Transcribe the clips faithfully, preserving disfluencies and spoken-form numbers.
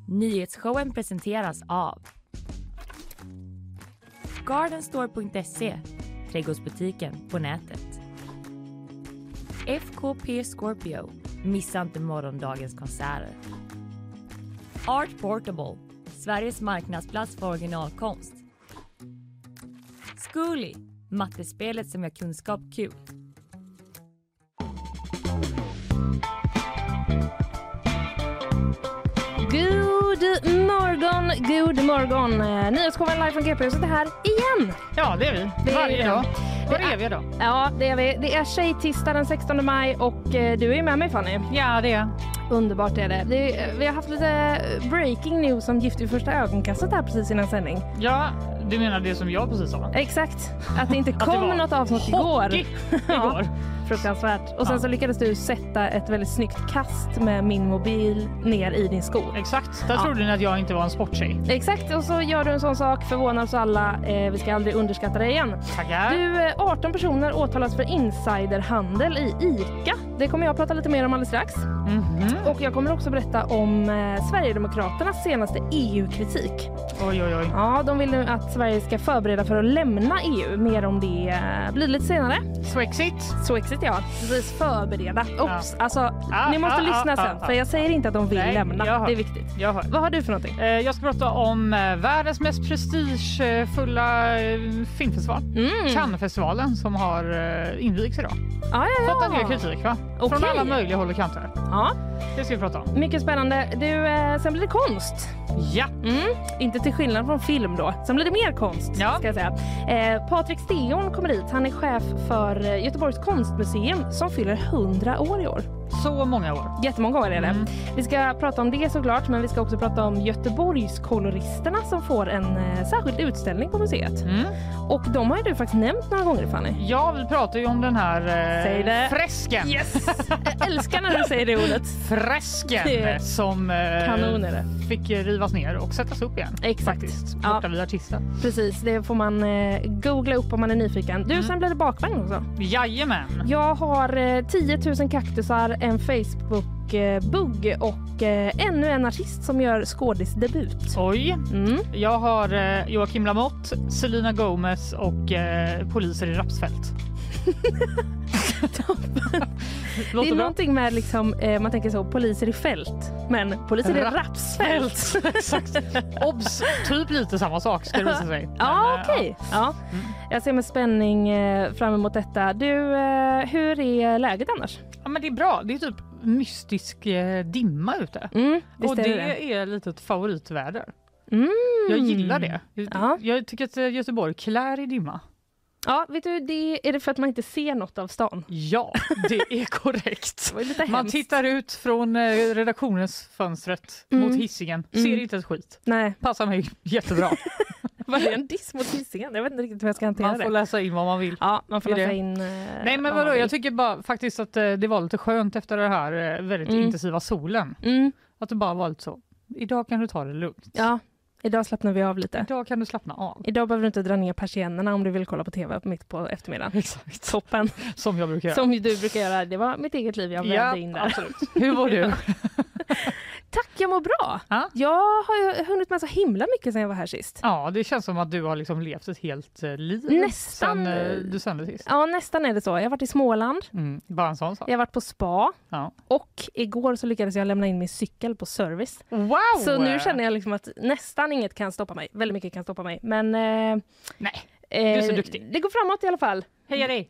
Nyhetsshowen presenteras av Gardenstore punkt se, trädgårdsbutiken på nätet. F K P Scorpio, missa inte morgondagens konserter. Art Portable, Sveriges marknadsplats för originalkonst. Zcooly, mattespelet som gör kunskap kul. God morgon, god morgon. Nyhetsshowen live från G P-huset är här igen. Ja, det är vi. Det Varje är dag. Var är vi då? Ja, det är vi. Det är tjejtisdag den sextonde maj och eh, du är ju med mig, Fanny. Ja, det är. Underbart är det. det är, vi har haft lite breaking news om Gift vid första ögonkastet här precis innan sändning. Ja, du menar det som jag precis sa? Exakt. Att det inte kom det något avsnitt igår. igår. Fruktansvärt. Och sen ja. så lyckades du sätta ett väldigt snyggt kast med min mobil ner i din sko. Exakt. Där ja. trodde ni att jag inte var en sporttjej. Exakt. Och så gör du en sån sak, förvånar oss alla. Eh, vi ska aldrig underskatta dig igen. Tackar. Du, arton personer åtalas för insiderhandel i ICA. Det kommer jag att prata lite mer om alldeles strax. Mm-hmm. Och jag kommer också berätta om eh, Sverigedemokraternas senaste E U-kritik. Oj, oj, oj. Ja, de vill nu att Sverige ska förbereda för att lämna E U. Mer om det eh, blir lite senare. Swexit. Swexit, ja. Precis, förbereda. Oops, ja. alltså, ah, ni måste ah, lyssna ah, sen. ah, för jag säger inte att de vill nej, lämna. Det är viktigt. Jag hör. Vad har du för någonting? Eh, jag ska prata om eh, världens mest prestigefulla eh, filmfestival. Mm. Cannesfestivalen som har eh, invigts idag. Ah, ja, ja. Fått en del kritik, va? Okay. Från alla möjliga håll och kanter. Ja. Det ska vi prata om. Mycket spännande. Du, eh, sen blir det konst. Ja. Mm. Inte till skillnad från film då. Sen blir det mer konst, ja. ska jag säga. Eh, Patrik Steon kommer hit. Han är chef för Göteborgs konstmuseum som fyller hundra år i år. Så många år. Jättemånga år är det. Mm. Vi ska prata om det såklart, men vi ska också prata om Göteborgs koloristerna som får en eh, särskild utställning på museet. Mm. Och de har ju du faktiskt nämnt några gånger, Fanny. Ja, vi pratar ju om den här eh, fresken. Yes! Jag älskar när du säger det ordet. Fresken det som eh, kanon är det. Fick rivas ner och sättas upp igen. Exakt. Faktiskt, ja. borta vid artisten. Precis, det får man eh, googla upp om man är nyfiken. Du, mm. sen blir det bakvagn också. Jajamän. Jag har eh, tio tusen kaktusar, en Facebook-bugg och eh, ännu en artist som gör skådisdebut. Oj. Mm. Jag har eh, Joakim Lamotte, Selena Gomez och eh, poliser i Rapsfält. Det är någonting med liksom, eh, man tänker så, poliser i fält, men poliser i Rapsfält. Exakt. Obs, typ lite samma sak ska du säga. Ja, okej. Okay. Ja. Mm. Jag ser med spänning eh, fram emot detta. Du, eh, hur är läget annars? Ja, men det är bra. Det är typ mystisk eh, dimma ute. Mm, och det, det är lite ett favoritväder. Mm. Jag gillar det. Ja. Jag tycker att Göteborg klär i dimma. Ja, vet du, det är det för att man inte ser något av stan? Ja, det är korrekt. Det man tittar ut från redaktionens fönstret mm. mot Hisingen. Ser mm. inte ett skit. Nej. Passar mig jättebra. Vad är en diss mot Hisingen? Jag vet inte riktigt hur jag ska hantera det. Man får det. läsa in vad man vill. Ja, man får läsa det. in... Uh, Nej, men vadå? Jag tycker bara faktiskt att uh, det var lite skönt efter det här uh, väldigt mm. intensiva solen. Mm. Att det bara var lite så. Idag kan du ta det lugnt. Ja. Idag slappnar vi av lite. Idag kan du slappna av. Idag behöver du inte dra ner persiennerna om du vill kolla på tv mitt på eftermiddagen. Exakt. Toppen. Som jag brukar göra. Som du brukar göra. Det var mitt eget liv jag vävde ja, in där. Absolut. Hur var du? Tack, jag mår bra. Ha? Jag har hunnit med så himla mycket sedan jag var här sist. Ja, det känns som att du har liksom levt ett helt liv. Nästan. Sen du sände sist. Ja, nästan är det så. Jag har varit i Småland. Mm, bara en sån sak. Jag har varit på spa. Ja. Och igår så lyckades jag lämna in min cykel på service. Wow! Så nu känner jag liksom att nästan inget kan stoppa mig. Väldigt mycket kan stoppa mig. Men eh, nej, du är så duktig. Eh, det går framåt i alla fall. Heja dig!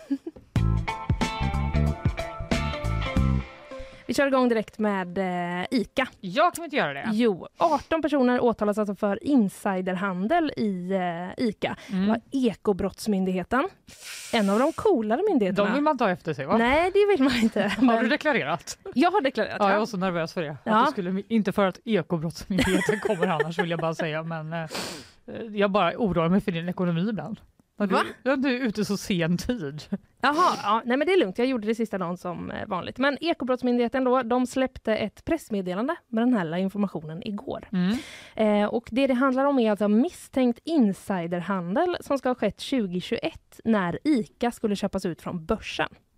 Vi kör igång direkt med eh, ICA. Jag kan inte göra det. Jo, arton personer åtalas alltså för insiderhandel i eh, ICA. Mm. Det var Ekobrottsmyndigheten. En av de coolare myndigheterna. De vill man ta efter sig, va? Nej, det vill man inte. Har men... du deklarerat? Jag har deklarerat, ja. Jag var så nervös för det. Ja. Att du skulle, inte för att Ekobrottsmyndigheten kommer annars vill jag bara säga. Men eh, jag bara oroar mig för din ekonomi ibland. Va? Du, du är ute så sen tid. Jaha, ja, nej men det är lugnt. Jag gjorde det sista dagen som vanligt. Men Ekobrottsmyndigheten då, de släppte ett pressmeddelande med den här informationen igår. Mm. Eh, och det det handlar om är alltså misstänkt insiderhandel som ska ha skett tjugo tjugoett när ICA skulle köpas ut från börsen.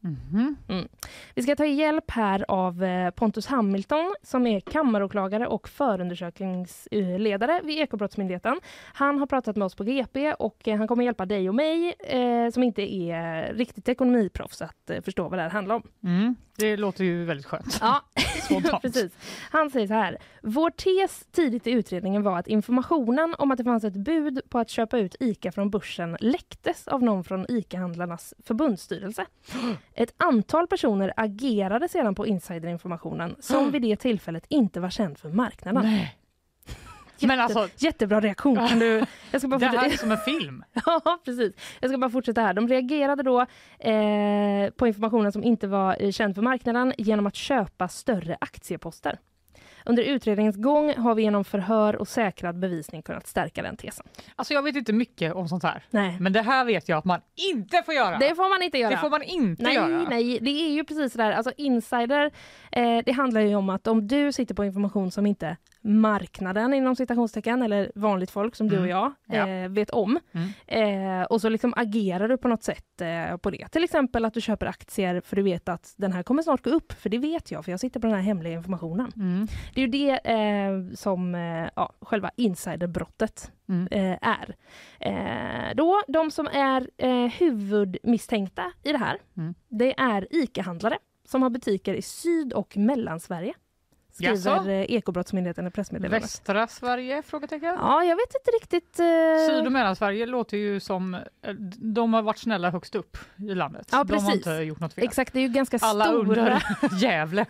Mm-hmm. Mm. Vi ska ta hjälp här av Pontus Hamilton som är kammaråklagare och förundersökningsledare vid Ekobrottsmyndigheten. Han har pratat med oss på G P och han kommer hjälpa dig och mig eh, som inte är riktigt ekonomiproffs att eh, förstå vad det här handlar om. Mm. Det låter ju väldigt skönt. Ja, precis. Han säger så här. Vår tes tidigt i utredningen var att informationen om att det fanns ett bud på att köpa ut ICA från börsen läcktes av någon från ICA-handlarnas förbundsstyrelse. Ett antal personer agerade sedan på insiderinformationen som vid det tillfället inte var känd för marknaden. Nej. Jätte, Men alltså, jättebra reaktion. Kan du, jag ska bara det här är som en film. Ja, precis. Jag ska bara fortsätta här. De reagerade då eh, på informationen som inte var känd för marknaden genom att köpa större aktieposter. Under utredningens gång har vi genom förhör och säkrad bevisning kunnat stärka den tesen. Alltså jag vet inte mycket om sånt här. Nej. Men det här vet jag att man inte får göra. Det får man inte göra. Det får man inte nej, göra. Nej, det är ju precis sådär. Alltså insider, eh, det handlar ju om att om du sitter på information som inte marknaden inom citationstecken eller vanligt folk som mm. du och jag eh, ja. vet om. Mm. Eh, och så liksom agerar du på något sätt eh, på det. Till exempel att du köper aktier för du vet att den här kommer snart gå upp. För det vet jag, för jag sitter på den här hemliga informationen. Mm. Det är ju det eh, som eh, ja, själva insiderbrottet mm. eh, är. Eh, då, de som är eh, huvudmisstänkta i det här, mm. det är ICA-handlare som har butiker i Syd- och Mellansverige. Skriver Jaså? Ekobrottsmyndigheten i pressmeddelandet. Västra Sverige, frågetecken? Ja, jag vet inte riktigt. Uh... Syd- och Mellansverige låter ju som de har varit snälla högst upp i landet. Ja, de har inte gjort något fel. Exakt, det är ju ganska Alla stora. under Gävle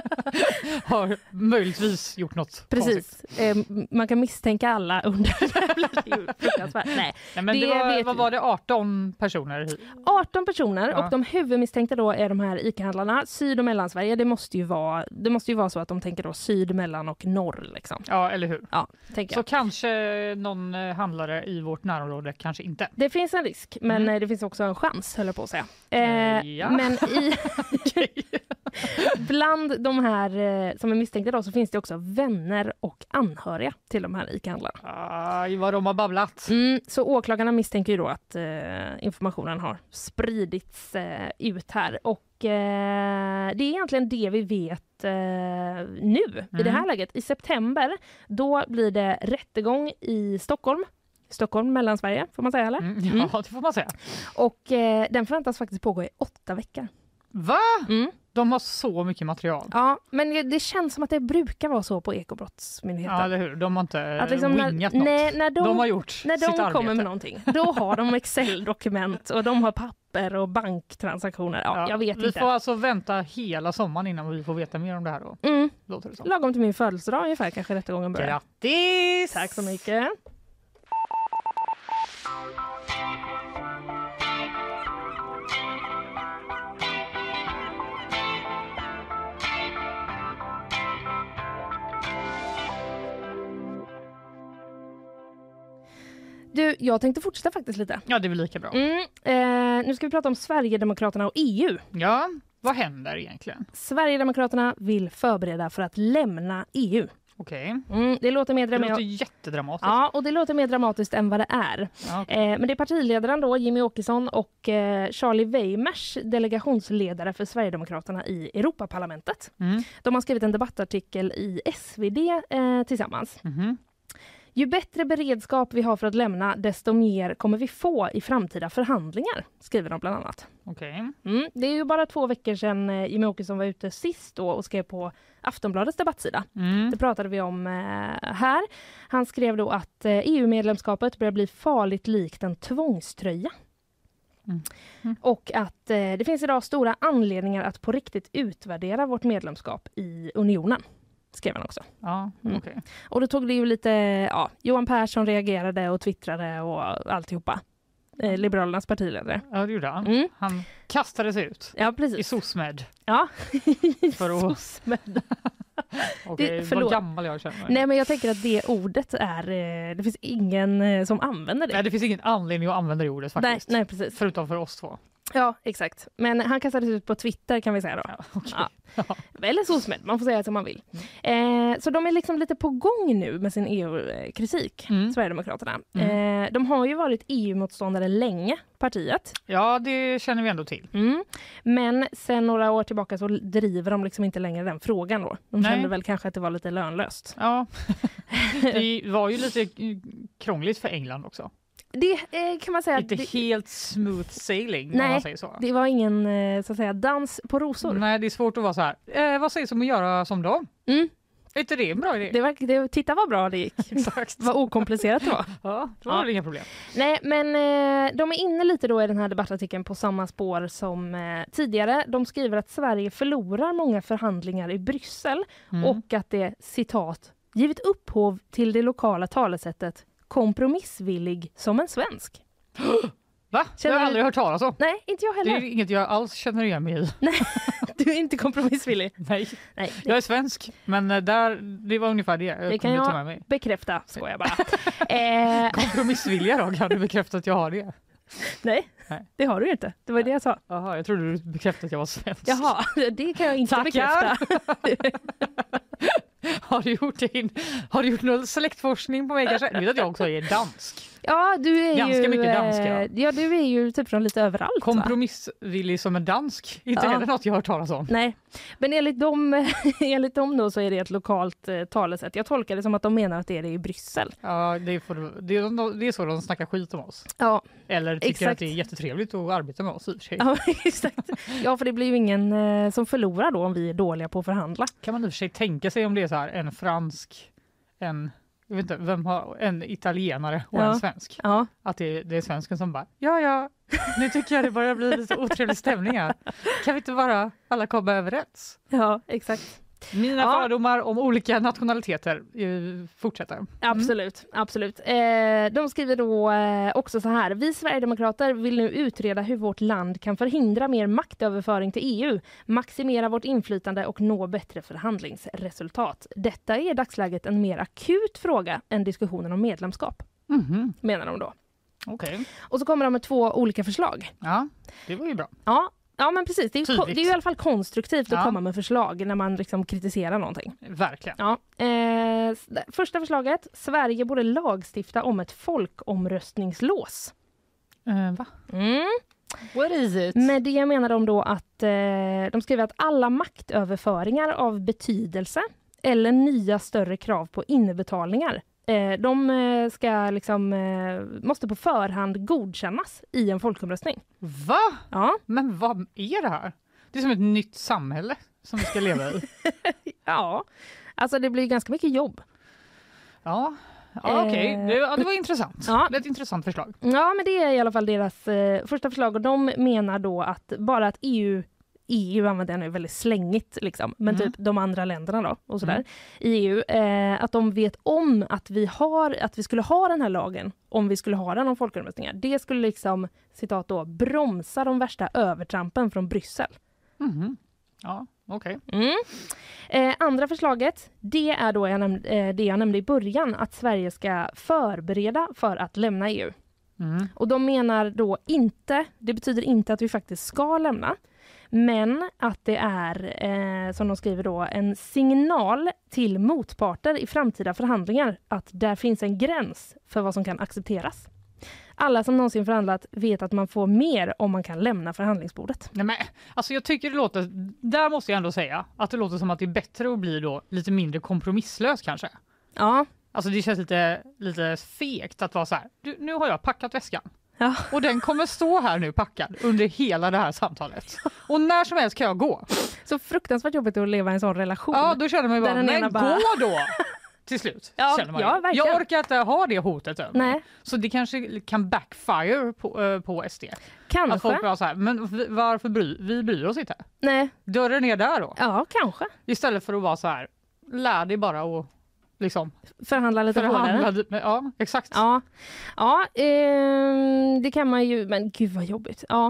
har möjligtvis gjort något precis. Konstigt. Eh, man kan misstänka alla under Gävle. Nej, Nej, men det, det var, vad var det, arton personer? arton personer ja. Och de huvudmisstänkta då är de här ICA-handlarna. Syd- och Mellansverige, det måste ju vara, det måste ju vara så att de tänker då syd, mellan och norr liksom. Ja, eller hur? Ja, så kanske någon handlare i vårt närområde, kanske inte. Det finns en risk, men mm. det finns också en chans, höll jag på att säga. Eh, ja. Men i bland de här eh, som är misstänkta då så finns det också vänner och anhöriga till de här ICA-handlarna. Aj, vad de har babblat. Mm, så åklagarna misstänker ju då att eh, informationen har spridits eh, ut här och eh, det är egentligen det vi vet eh, nu mm. i det här läget. I september då blir det rättegång i Stockholm. Stockholm, Mellansverige, får man säga eller? Mm, ja, mm. det får man säga. Och eh, den förväntas faktiskt pågå i åtta veckor. Va? Mm. De har så mycket material. Ja, men det känns som att det brukar vara så på Ekobrottsmyndigheten. Ja, eller hur? De har inte att liksom wingat när, något. Nej, när de, de har gjort När sitt de arbete. kommer med någonting, då har de Excel-dokument och de har papper och banktransaktioner. Ja, ja, jag vet vi inte. Vi får alltså vänta hela sommaren innan vi får veta mer om det här då. Mm. Låter det som. Lagom till min födelsedag ungefär kanske rättegången börjar. Grattis! Tack så mycket. Du, jag tänkte fortsätta faktiskt lite. Ja, det är väl lika bra. Mm, eh, nu ska vi prata om Sverigedemokraterna och E U. Ja, vad händer egentligen? Sverigedemokraterna vill förbereda för att lämna E U. Okej. Okay. Mm, det låter mer det låter jättedramatiskt. Ja, och det låter mer dramatiskt än vad det är. Ja, okay. eh, men det är partiledaren då, Jimmy Åkesson och eh, Charlie Weimers, delegationsledare för Sverigedemokraterna i Europaparlamentet. Mm. De har skrivit en debattartikel i S V D eh, tillsammans. Mm-hmm. Ju bättre beredskap vi har för att lämna, desto mer kommer vi få i framtida förhandlingar, skriver de bland annat. Okay. Mm, det är ju bara två veckor sedan eh, Jimmy Åkesson var ute sist då och skrev på Aftonbladets debattsida. Mm. Det pratade vi om eh, här. Han skrev då att eh, E U-medlemskapet börjar bli farligt likt en tvångströja. Mm. Mm. Och att eh, det finns idag stora anledningar att på riktigt utvärdera vårt medlemskap i unionen. Skrev han också. Ja, mm. okay. Och då tog det ju lite, ja, Johan Persson reagerade och twittrade och alltihopa. Eh, Liberalernas partiledare. Ja, det gjorde han. Mm. Han kastade sig ut. Ja, precis. I SOSMED. Ja, i för att... SOSMED. Okej, okay, vad gammal jag känner mig. Nej, men jag tänker att det ordet är, det finns ingen som använder det. Nej, det finns ingen anledning att använda det ordet faktiskt. Nej, nej precis. Förutom för oss två. Ja, exakt. Men han kastades ut på Twitter kan vi säga då. Ja, okay. Ja. Eller SOSMED, man får säga som man vill. Mm. Eh, så de är liksom lite på gång nu med sin E U-kritik, mm. Sverigedemokraterna. Mm. Eh, de har ju varit E U-motståndare länge, partiet. Ja, det känner vi ändå till. Mm. Men sen några år tillbaka så driver de liksom inte längre den frågan då. De Nej. kände väl kanske att det var lite lönlöst. Ja, det var ju lite krångligt för England också. Det eh, kan man säga. Inte det, helt smooth sailing, nej, om man säger så. Det var ingen eh, så att säga dans på rosor. Nej, det är svårt att vara så här. Eh, vad sägs om att göra som dem? Mm. Är inte det en bra idé? Det var, det, titta vad bra det gick. Exakt. Vad okomplicerat det var. Ja, det var ja. inga problem. Nej, men eh, de är inne lite då i den här debattartikeln på samma spår som eh, tidigare. De skriver att Sverige förlorar många förhandlingar i Bryssel mm. och att det, citat, givit upphov till det lokala talesättet kompromissvillig som en svensk. Va? Det har jag aldrig hört talas om. Nej, inte jag heller. Det är inget jag alls känner igen mig i. Nej, du är inte kompromissvillig. Nej. Nej. Jag är svensk, men där, det var ungefär det jag det kan jag ta med mig. bekräfta, så jag bara. eh... Kompromissvilja då? Kan du bekräfta att jag har det? Nej, Nej, det har du inte. Det var det jag sa. Jaha, jag trodde du bekräftade att jag var svensk. Jaha, det kan jag inte Tackar. bekräfta. Har du gjort din, har du gjort någon släktforskning på mig kanske? Du vet att jag också är dansk. Ja, du är Ganska ju mycket dansk, ja. Ja, du är ju typ från lite överallt. Kompromissvillig som en dansk. Inte ja. heller något jag har hört talas om. Nej, men enligt dem, enligt dem då så är det ett lokalt eh, talesätt. Jag tolkar det som att de menar att det är det i Bryssel. Ja, det är, för, det är, det är så de snackar skit om oss. Ja, eller tycker exakt. Att det är jättetrevligt att arbeta med oss i och för sig. Ja, exakt. Ja, för det blir ju ingen eh, som förlorar då om vi är dåliga på att förhandla. Kan man i och för sig tänka sig om det är så här en fransk, en jag vet inte, vem har en italienare och ja. en svensk. Ja. Att det, det är svensken som bara, ja ja, nu tycker jag det börjar bli lite otrevlig stämning här. Kan vi inte bara alla komma överens? Ja, exakt. Mina ja. fördomar om olika nationaliteter eh, fortsätter. Mm. Absolut, absolut. Eh, de skriver då eh, också så här. Vi Sverigedemokrater vill nu utreda hur vårt land kan förhindra mer maktöverföring till E U, maximera vårt inflytande och nå bättre förhandlingsresultat. Detta är i dagsläget en mer akut fråga än diskussionen om medlemskap, mm-hmm. menar de då. Okej. Okay. Och så kommer de med två olika förslag. Ja, det var ju bra. Ja. Ja, men precis. Det är, ju, det är ju i alla fall konstruktivt ja. att komma med förslag när man liksom kritiserar någonting. Verkligen. Ja. Eh, första förslaget. Sverige borde lagstifta om ett folkomröstningslås. Uh, va? Mm. What is it? Med det menar de då att eh, de skriver att alla maktöverföringar av betydelse eller nya större krav på inbetalningar de ska liksom, måste på förhand godkännas i en folkomröstning. Va? Ja. Men vad är det här? Det är som ett nytt samhälle som vi ska leva i. Ja, alltså det blir ganska mycket jobb. Ja, ja okej. Okay. Det, ja, det var intressant. Ja. Det är ett intressant förslag. Ja, men det är i alla fall deras eh, första förslag. Och de menar då att bara att E U E U använder den nu väldigt slängigt liksom. Men mm. typ de andra länderna då och sådär mm. i E U eh, att de vet om att vi har att vi skulle ha den här lagen om vi skulle ha den om folkomröstningar. Det skulle liksom citat då bromsa de värsta övertrampen från Bryssel. Mm. Ja, okej. Okay. Mm. Eh, andra förslaget, det är då jag näm- eh, det jag nämnde i början att Sverige ska förbereda för att lämna E U. Mm. Och de menar då inte, det betyder inte att vi faktiskt ska lämna. Men att det är, eh, som de skriver då, en signal till motparter i framtida förhandlingar att där finns en gräns för vad som kan accepteras. Alla som någonsin förhandlat vet att man får mer om man kan lämna förhandlingsbordet. Nej, men, alltså jag tycker det låter, där måste jag ändå säga att det låter som att det är bättre att bli då lite mindre kompromisslös kanske. Ja. Alltså det känns lite, lite fegt att vara så här, du, nu har jag packat väskan. Ja. Och den kommer stå här nu packad under hela det här samtalet. Och när som helst kan jag gå. Så fruktansvärt jobbigt att leva i en sån relation. Ja, då känner man ju bara, men bara... gå då! Till slut, ja, känner man ja, jag orkar inte ha det hotet över mig. Nej. Så det kanske kan backfire på, uh, på S D. Kanske. Att folk bara så här, men varför bry, vi bryr oss inte? Nej. Dörren är där då. Ja, kanske. Istället för att vara så här, lär dig bara att liksom förhandla lite hårdare. Ja, exakt. Ja, ja eh, det kan man ju, men gud vad jobbigt. Ja.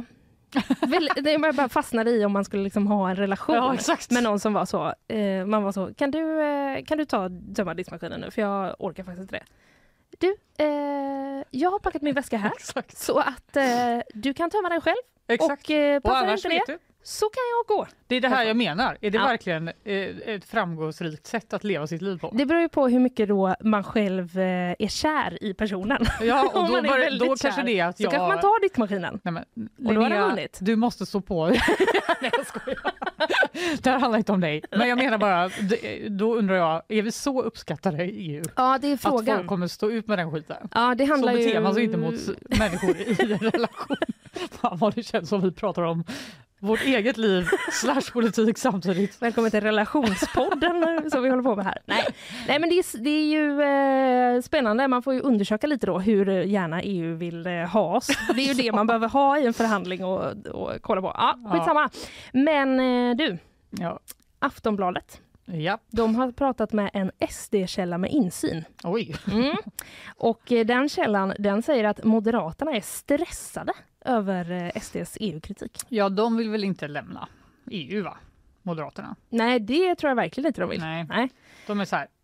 Det är bara fastnade i om man skulle liksom ha en relation ja, med någon som var så, eh, man var så, kan du, eh, kan du ta tömma diskmaskinen nu för jag orkar faktiskt inte det. Du, eh, jag har packat min väska här exakt. så att eh, du kan tömma den själv Exakt. Och eh, passar inte det, du? så kan jag gå. Det är det här jag menar. Är det ja. verkligen eh, ett framgångsrikt sätt att leva sitt liv på? Det beror ju på hur mycket då man själv eh, är kär i personen. Ja, och då, bara, då kanske det är att jag... Så kanske man tar dittmaskinen. Nej, men, och då har den vunnit. Du måste stå på. Nej, jag skojar. Det här handlar inte om dig. Men jag menar bara, då undrar jag, är vi så uppskattade i E U? Ja, det är frågan. Att folk kommer stå ut med den skiten. Ja, det handlar så beter ju... man sig inte mot människor i en relation. Fan vad det känns som vi pratar om vårt eget liv slash politik samtidigt. Välkommen till relationspodden som vi håller på med här. Nej, Nej men det är, det är ju eh, spännande. Man får ju undersöka lite då hur gärna E U vill eh, ha oss. Det är ju det man behöver ha i en förhandling och, och kolla på. Ja, skitsamma. Men eh, du, ja. Aftonbladet. Ja. De har pratat med en S D-källa med insyn. Oj. Mm. Och eh, den källan, den säger att Moderaterna är stressade över eh, S D:s E U-kritik. Ja, de vill väl inte lämna E U, va? Moderaterna. Nej, det tror jag verkligen inte de vill. Nej, Nej. De är så här...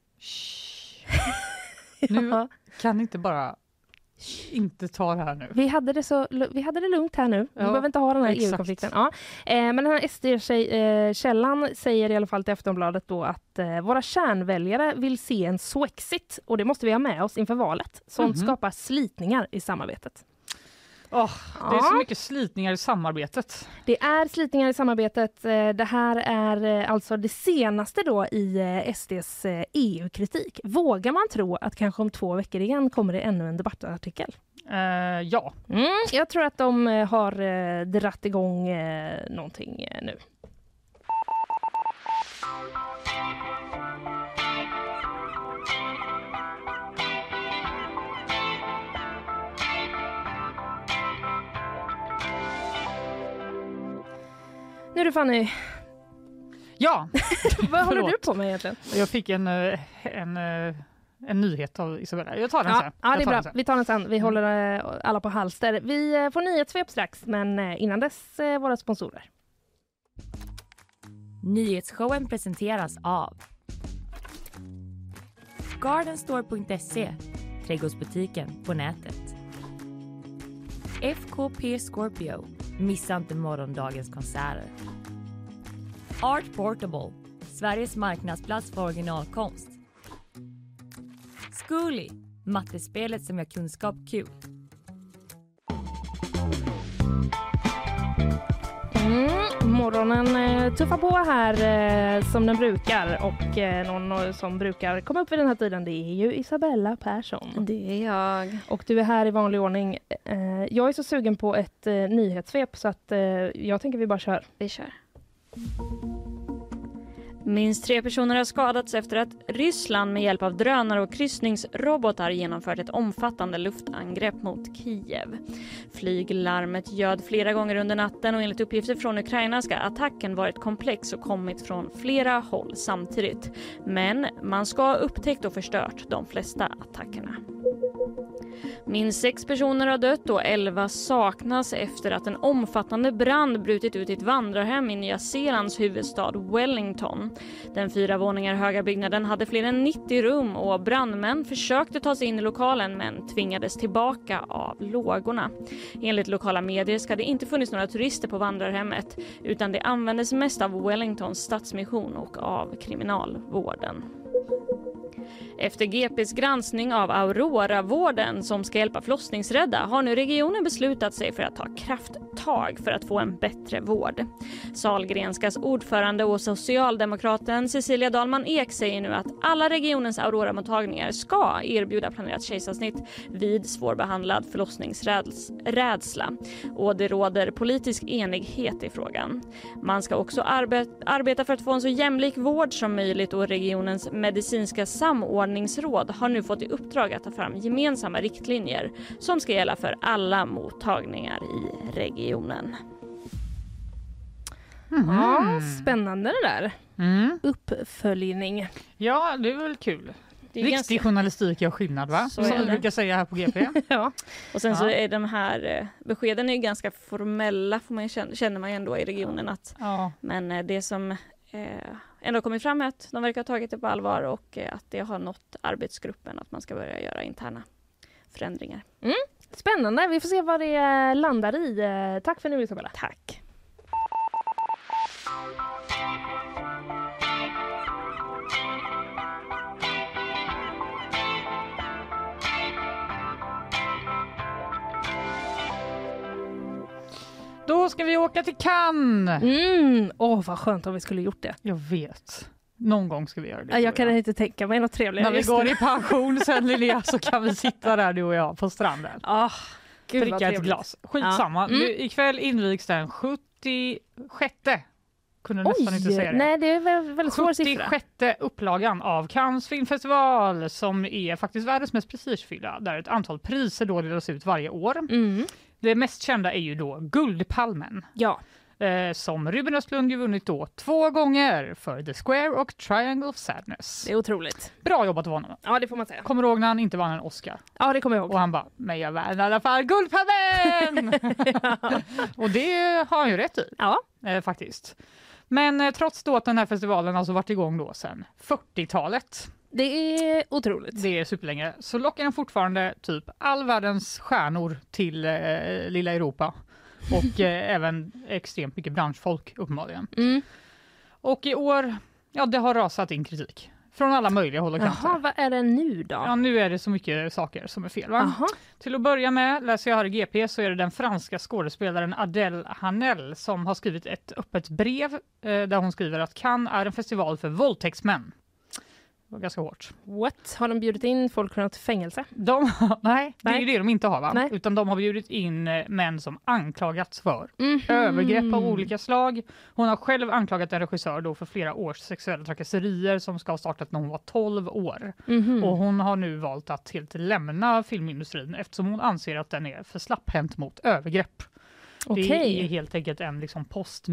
Nu ja. kan inte bara inte ta det här nu. Vi hade det, så, vi hade det lugnt här nu. Vi ja, behöver inte ha den här exakt. E U-konflikten. Ja. Eh, men den här S D-källan säger i alla fall till Aftonbladet då att eh, våra kärnväljare vill se en Swexit och det måste vi ha med oss inför valet. Sånt mm-hmm. skapar slitningar i samarbetet. Oh, det är så mycket slitningar i samarbetet. Det är slitningar i samarbetet. Det här är alltså det senaste då i S D:s E U-kritik. Vågar man tro att kanske om två veckor igen kommer det ännu en debattartikel? Uh, ja. Mm, jag tror att de har dratt igång någonting nu. Nu är det Fanny. Ja. Vad håller du på med egentligen? Jag fick en, en, en nyhet av Isabella. Jag tar den ja, sen. Ja, det är bra. Sen. Vi tar den sen. Vi mm. håller alla på halster. Vi får nyhetssvep strax, men innan dess våra sponsorer. Nyhetsshowen presenteras av gardenstore punkt se, trädgårdsbutiken på nätet. F K P Scorpio, missa inte morgondagens konserter. Art Portable, Sveriges marknadsplats för originalkonst. Zcooly, mattespelet som gör kunskap kul. Mm, morgonen eh, tuffar på här eh, som den brukar och eh, någon som brukar komma upp vid den här tiden, det är ju Isabella Persson. Det är jag. Och du är här i vanlig ordning. Eh, jag är så sugen på ett eh, nyhetssvep så att eh, jag tänker vi bara kör. Vi kör. Minst tre personer har skadats efter att Ryssland med hjälp av drönare och kryssningsrobotar genomfört ett omfattande luftangrepp mot Kiev. Flyglarmet ljöd flera gånger under natten och enligt uppgifter från Ukraina ska attacken varit komplex och kommit från flera håll samtidigt. Men man ska ha upptäckt och förstört de flesta attackerna. Minst sex personer har dött och elva saknas efter att en omfattande brand brutit ut i ett vandrarhem i Nya Zeelands huvudstad Wellington. Den fyra våningar höga byggnaden hade fler än nittio rum och brandmän försökte ta sig in i lokalen men tvingades tillbaka av lågorna. Enligt lokala medier ska det inte funnits några turister på vandrarhemmet utan det användes mest av Wellingtons stadsmission och av kriminalvården. Efter G P:s granskning av Aurora-vården som ska hjälpa förlossningsrädda har nu regionen beslutat sig för att ta krafttag för att få en bättre vård. Sahlgrenskas ordförande och socialdemokraten Cecilia Dalman Ek säger nu att alla regionens Aurora-mottagningar ska erbjuda planerat kejsarsnitt vid svårbehandlad förlossningsrädsla. Och det råder politisk enighet i frågan. Man ska också arbeta, arbeta för att få en så jämlik vård som möjligt och regionens medicinska samordningsråd har nu fått i uppdrag att ta fram gemensamma riktlinjer som ska gälla för alla mottagningar i regionen. Mm. Ja, spännande det där. Mm. Uppföljning. Ja, det är väl kul. Riktig ganska... journalistik gör skillnad, va? Så som vi brukar säga här på G P. Ja. Och sen ja. så är de här beskeden är ju ganska formella, får man känna, känner man ju ändå i regionen. Att, ja. Men det som eh, ändå kommit fram är att de verkar ha tagit det på allvar och att det har nått arbetsgruppen att man ska börja göra interna förändringar. Mm. Spännande, vi får se vad det landar i. Tack för nu, Isabella. Tack. Då ska vi åka till Cannes. Mm. Åh, vad skönt om vi skulle gjort det. Jag vet. Någon gång ska vi göra det. Jag kan jag. inte tänka mig något trevligare. När vi går i pension sen, Linnea, så kan vi sitta där, du och jag, på stranden. Oh, gud, dricka ett glas. Skitsamma. Ja. Mm. Ikväll invigs den sjuttiosjätte. Kunde nästan Oj, inte säga det. Nej, det är väldigt, väldigt svår siffra. sjuttiosjätte upplagan av Cannes filmfestival, som är faktiskt världens mest prestigefyllda, där ett antal priser då delas ut varje år. Mm. Det mest kända är ju då Guldpalmen. Ja. Eh, som Ruben Östlund ju vunnit då två gånger för The Square och Triangle of Sadness. Det är otroligt. Bra jobbat av honom. Ja, det får man säga. Kommer du ihåg när han inte vann en Oscar? Ja, det kommer jag ihåg. Och han bara, men jag vann i alla fall Guldpalmen! Ja. Och det har han ju rätt i. Ja. Eh, faktiskt. Men eh, trots då att den här festivalen alltså varit igång då sedan fyrtiotalet. Det är otroligt. Det är superlänge. Så lockar den fortfarande typ all världens stjärnor till eh, lilla Europa. Och eh, även extremt mycket branschfolk uppenbarligen. Mm. Och i år, ja, det har rasat in kritik. Från alla möjliga håll och kanter. Jaha, vad är det nu då? Ja, nu är det så mycket saker som är fel, va? Aha. Till att börja med, läser jag här i G P, så är det den franska skådespelaren Adèle Hanel som har skrivit ett öppet brev eh, där hon skriver att Cannes är en festival för våldtäktsmän. Det var ganska hårt. What? Har de bjudit in folk från ett fängelse? De, nej, det är nej. ju det de inte har, va? Nej. Utan de har bjudit in eh, män som anklagats för Mm-hmm. övergrepp av olika slag. Hon har själv anklagat en regissör då för flera års sexuella trakasserier som ska ha startat när hon var tolv år. Mm-hmm. Och hon har nu valt att helt lämna filmindustrin eftersom hon anser att den är för slapphänt mot övergrepp. Okay. Det är helt enkelt en liksom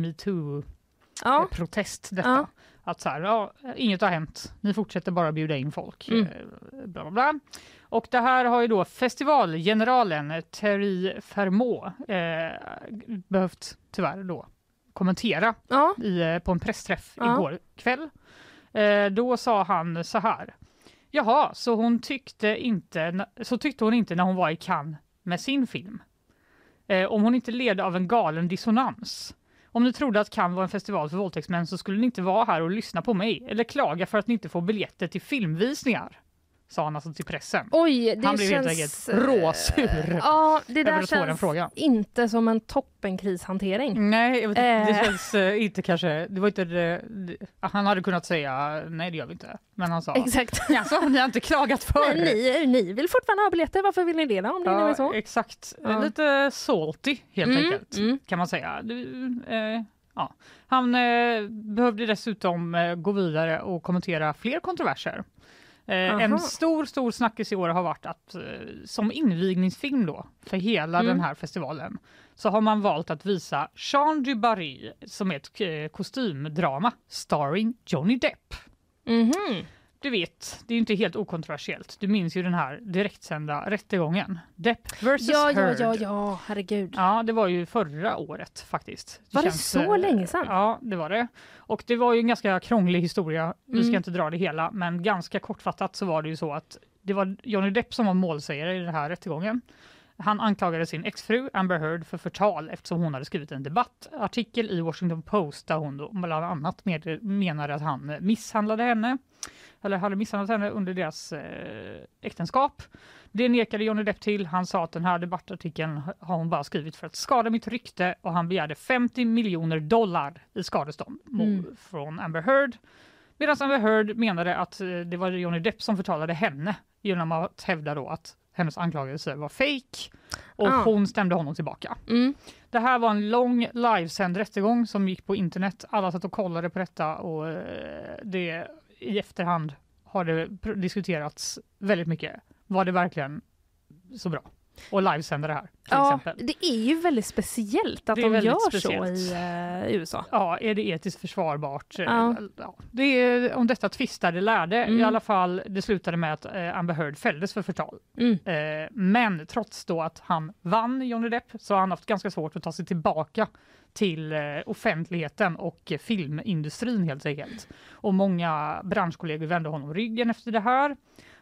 post-MeToo-protest ja. detta. Ja. Att så här, ja, inget har hänt. Ni fortsätter bara bjuda in folk. Mm. Bla, bla, bla. Och det här har ju då festivalgeneralen Thierry Fermot eh, behövt tyvärr då kommentera Ja. i, på en pressträff Ja. igår kväll. Eh, då sa han så här. Jaha, så hon tyckte inte så tyckte hon inte när hon var i Cannes med sin film. Eh, om hon inte led av en galen dissonans. Om ni trodde att Cannes var en festival för våldtäktsmän så skulle ni inte vara här och lyssna på mig eller klaga för att ni inte får biljetter till filmvisningar. Sa han alltså till pressen. Oj, det han blev känns... helt enkelt råsur. Ja, det där över att få den känns frågan. Inte som en toppenkrishantering. Nej, jag vet, inte, det Eh. känns uh, inte kanske. Det var inte det, det, han hade kunnat säga nej, det gör vi inte. Men han sa. Exakt. Alltså, ni har inte klagat för. Men ni, ni vill fortfarande ha biljetter. Varför vill ni det då, om det ja, nu är så? Exakt. Ja. Lite salty helt Mm, enkelt. mm. Kan man säga. Det, eh, ja. Han eh, behövde dessutom eh, gå vidare och kommentera fler kontroverser. Eh, en stor, stor snackis i år har varit att eh, som invigningsfilm då för hela Mm. den här festivalen så har man valt att visa Jean du Barry som är ett eh, kostymdrama starring Johnny Depp. Mhm. Du vet, det är ju inte helt okontroversiellt. Du minns ju den här direktsända rättegången. Depp versus Ja, ja, Heard. ja, ja, herregud. Ja, det var ju förra året faktiskt. Var det känns, så eh, länge sedan? Ja, det var det. Och det var ju en ganska krånglig historia. Vi ska Mm. inte dra det hela, men ganska kortfattat så var det ju så att det var Johnny Depp som var målsägare i den här rättegången. Han anklagade sin exfru Amber Heard för förtal eftersom hon hade skrivit en debattartikel i Washington Post där hon då bland annat med, menade att han misshandlade henne eller hade misshandlat henne under deras eh, äktenskap. Det nekade Johnny Depp till. Han sa att den här debattartikeln har hon bara skrivit för att skada mitt rykte och han begärde femtio miljoner dollar i skadestånd Mm. från Amber Heard. Medan Amber Heard menade att eh, det var Johnny Depp som förtalade henne genom att hävda då att hennes anklagelse var fake och Ah. hon stämde honom tillbaka. Mm. Det här var en lång livesänd rättegång som gick på internet. Alla satt och kollade på detta och eh, det i efterhand har det pr- diskuterats väldigt mycket. Var det verkligen så bra? Och livesända det här till Ja, exempel. det är ju väldigt speciellt att Det är de väldigt gör speciellt. så i uh, U S A. Ja, är det etiskt försvarbart? Ja. Ja. Det är, om detta tvistade lärde. Mm. I alla fall, det slutade med att eh, Amber Heard fälldes för förtal. Mm. Eh, men trots då att han vann Johnny Depp så har han haft ganska svårt att ta sig tillbaka till eh, offentligheten och eh, filmindustrin helt enkelt. Och många branschkollegor vände honom ryggen efter det här.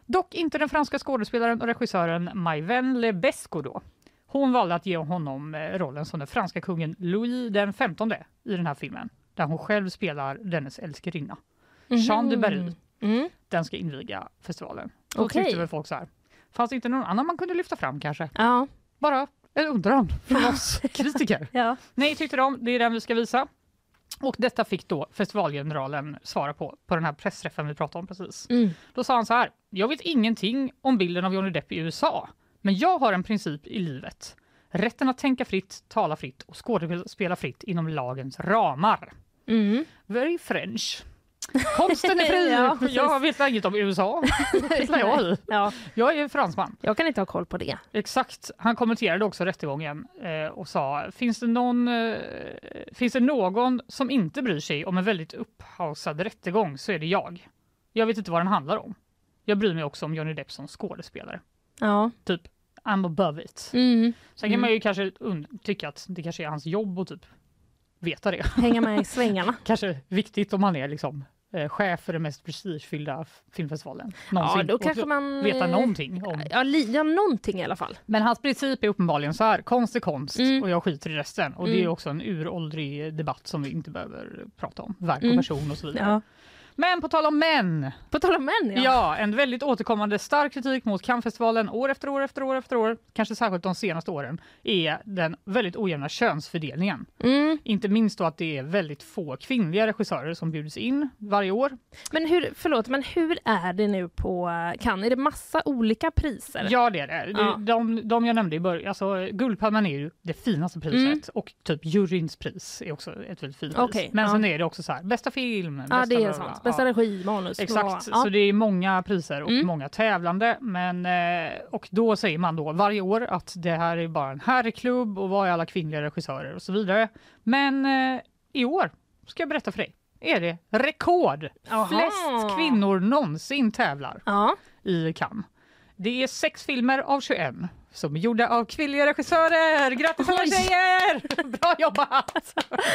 Dock inte den franska skådespelaren och regissören Maïven Lebesco då. Hon valde att ge honom rollen som den franska kungen Louis den femtonde i den här filmen, där hon själv spelar dennes älskarinna. Mm-hmm. Jean de Berry. Mm. Den ska inviga festivalen. Då okay. tyckte väl folk så här, fanns det inte någon annan man kunde lyfta fram kanske? Ja. Bara en undran från oss kritiker. Ja. Nej, tyckte de, det är den vi ska visa. Och detta fick då festivalgeneralen svara på, på den här pressträffen vi pratade om precis. Mm. Då sa han så här, jag vet ingenting om bilden av Johnny Depp i U S A, men jag har en princip i livet. Rätten att tänka fritt, tala fritt och skådespela fritt inom lagens ramar. Mm. Very French. Konsten är fri. Ja, jag vet inget om U S A. jag, ja. jag är fransman. Jag kan inte ha koll på det. Exakt. Han kommenterade också rättegången eh, och sa, finns det, någon, eh, finns det någon som inte bryr sig om en väldigt upphausad rättegång så är det jag. Jag vet inte vad den handlar om. Jag bryr mig också om Johnny Depp som skådespelare. Ja. Typ, I'm above it. Mm. Sen kan mm. man ju kanske und- tycka att det kanske är hans jobb och typ veta det. Hänga med i svängarna. Kanske viktigt om man är liksom eh, chef för den mest prestigefyllda f- filmfestivalen. Någonsin. Ja, då kanske man... Veta någonting om... Ja, li- ja, någonting i alla fall. Men hans princip är uppenbarligen så här, konst är konst mm. och jag skiter i resten. Och mm. det är också en uråldrig debatt som vi inte behöver prata om. Verk och mm. person och så vidare. Ja. Men på tal om män. På tal om män, ja. Ja, en väldigt återkommande stark kritik mot Cannesfestivalen år efter år efter år efter år, kanske särskilt de senaste åren, är den väldigt ojämna könsfördelningen. Mm. Inte minst då att det är väldigt få kvinnliga regissörer som bjuds in varje år. Men hur, förlåt, men hur är det nu på Cannes? Är det massa olika priser? Ja, det är det. Ja. De, de jag nämnde i början, alltså Guldpalmen är ju det finaste priset mm. och typ juryns pris är också ett väldigt fint okay. pris. Men ja. sen är det också så här, bästa film, ja, bästa det är sant. Bästa ja. regi, manus. Exakt, ja. så det är många priser och mm. många tävlande. Men, och då säger man då varje år att det här är bara en herrklubb och vad är alla kvinnliga regissörer och så vidare. Men eh, i år, ska jag berätta för dig, är det rekord. Aha. Flest kvinnor någonsin tävlar ja. i Cannes. Det är sex filmer av tjugoett som är gjorda av kvinnliga regissörer. Grattis alla tjejer! Bra jobbat!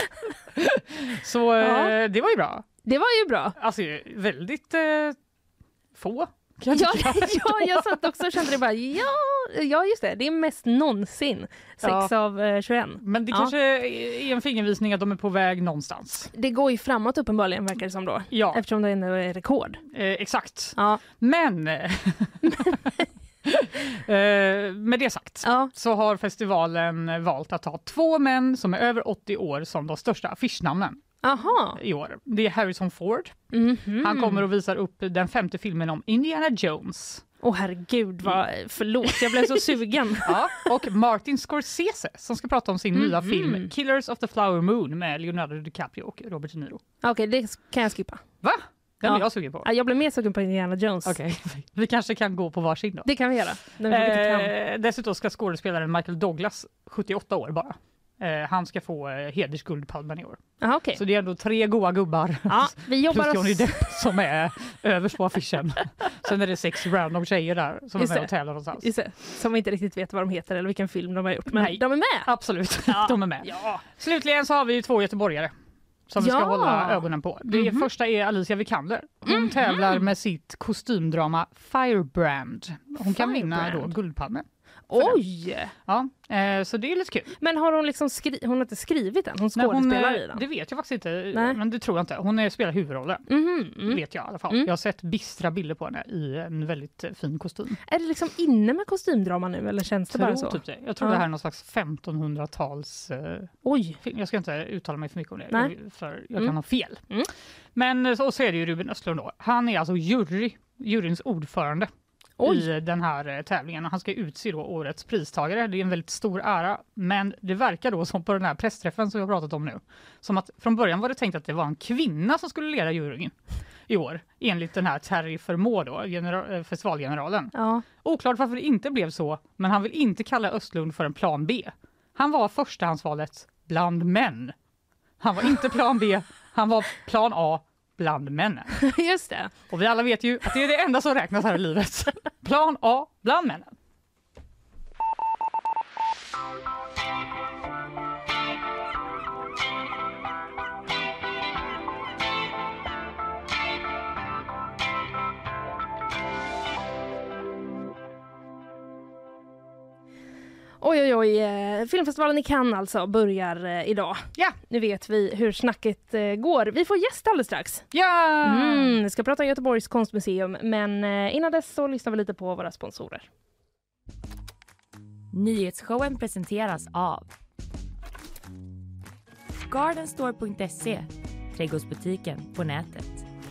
Så ja. eh, det var ju bra. Det var ju bra. Alltså väldigt eh, få. Ja, ja, jag satt också och kände det bara, ja, ja just det, det är mest någonsin. Sex ja. av eh, tjugoett. Men det ja. kanske är en fingervisning att de är på väg någonstans. Det går ju framåt uppenbarligen, verkar det som då. Ja. Eftersom det ändå är rekord. Eh, exakt. Ja. Men... Uh, med det sagt ja. så har festivalen valt att ha två män som är över åttio år som de största affischnamnen. Aha. I år. Det är Harrison Ford. Mm-hmm. Han kommer och visar upp den femte filmen om Indiana Jones. Åh oh, herregud, vad, förlåt, jag blev så sugen. Ja, och Martin Scorsese som ska prata om sin mm-hmm. nya film Killers of the Flower Moon med Leonardo DiCaprio och Robert De Niro. Okej, okay, det kan jag skippa. Va? Den ja. är jag sugen på. Jag blev mer sugen på Indiana Jones. Okej, okay. Vi kanske kan gå på varsin då. Det kan vi göra. Vi eh, dessutom ska skådespelaren Michael Douglas, sjuttioåtta år bara. Eh, han ska få eh, hedersguldpalmen i år. Aha, okay. Så det är ändå tre goa gubbar. Ja, vi jobbar plus Johnny Depp som är överst på affischen. Sen är det sex random tjejer där som Just är med och tävlar någonstans. Just det. Som inte riktigt vet vad de heter eller vilken film de har gjort. Men Nej. de är med. Absolut, ja. de är med. Ja. Slutligen så har vi ju två göteborgare som vi ska ja. hålla ögonen på. Det mm-hmm. första är Alicia Vikander. Hon mm-hmm. tävlar med sitt kostymdrama Firebrand. Hon Firebrand. kan vinna då Guldpalmen. Oj! Ja, eh, så det är lite kul. Men har hon liksom skri- hon har inte skrivit den? Hon skådespelar Nej, hon, i den? Det vet jag faktiskt inte, Nej. men det tror jag inte. Hon är, spelar huvudrollen, mm-hmm. mm. vet jag i alla fall. Mm. Jag har sett bistra bilder på henne i en väldigt fin kostym. Är det liksom inne med kostymdrama nu eller känns det tror bara så? Typ det. Jag tror ja. det här är någon slags femtonhundratals eh, Oj. film. Jag ska inte uttala mig för mycket om det, Nej. för jag mm. kan ha fel. Mm. Men så, så är det ju Ruben Östlund då. Han är alltså jury, juryns ordförande. Oj. I den här tävlingen. Han ska utse då årets pristagare. Det är en väldigt stor ära. Men det verkar då som på den här pressträffen som vi har pratat om nu. Som att från början var det tänkt att det var en kvinna som skulle leda juryn i år. Enligt den här Terry Vermoe då, genera- festivalgeneralen. Ja. Oklart varför det inte blev så. Men han vill inte kalla Östlund för en plan B. Han var förstahandsvalet bland män. Han var inte plan B. Han var plan A. Bland männen. Just det. Och vi alla vet ju att det är det enda som räknas här i livet. Plan A bland männen. Oj, oj, oj. Filmfestivalen i Cannes alltså börjar eh, idag. Ja. Nu vet vi hur snacket eh, går. Vi får gäst alldeles strax. Ja! Mm, vi ska prata om Göteborgs konstmuseum, men eh, innan dess så lyssnar vi lite på våra sponsorer. Nyhetsshowen presenteras av Gardenstore punkt se, trädgårdsbutiken på nätet.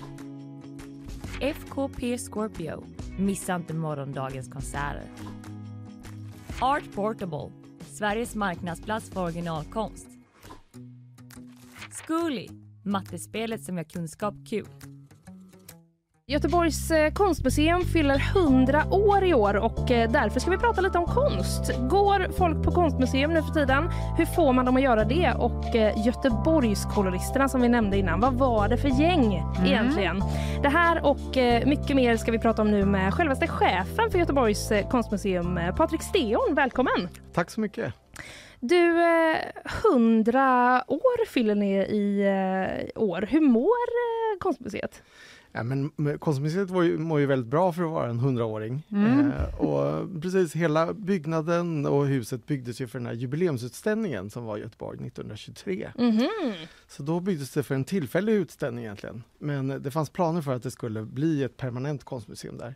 F K P Scorpio, missa inte morgondagens konserter. Art Portable, Sveriges marknadsplats för originalkonst. Zcooly, mattespelet som gör kunskap kul. Göteborgs eh, konstmuseum fyller hundra år i år och eh, därför ska vi prata lite om konst. Går folk på konstmuseum nu för tiden? Hur får man dem att göra det? Och eh, Göteborgskoloristerna som vi nämnde innan, vad var det för gäng mm. egentligen? Det här och eh, mycket mer ska vi prata om nu med självaste chefen för Göteborgs eh, konstmuseum, eh, Patrik Steon. Välkommen! Tack så mycket! Du, eh, hundra år fyller ni i eh, år. Hur mår eh, konstmuseet? Ja, men konstmuseet var ju, mår ju väldigt bra för att vara en hundraåring. Mm. Eh, och precis hela byggnaden och huset byggdes ju för den här jubileumsutställningen som var i Göteborg nittonhundratjugotre. Mm-hmm. Så då byggdes det för en tillfällig utställning egentligen. Men det fanns planer för att det skulle bli ett permanent konstmuseum där.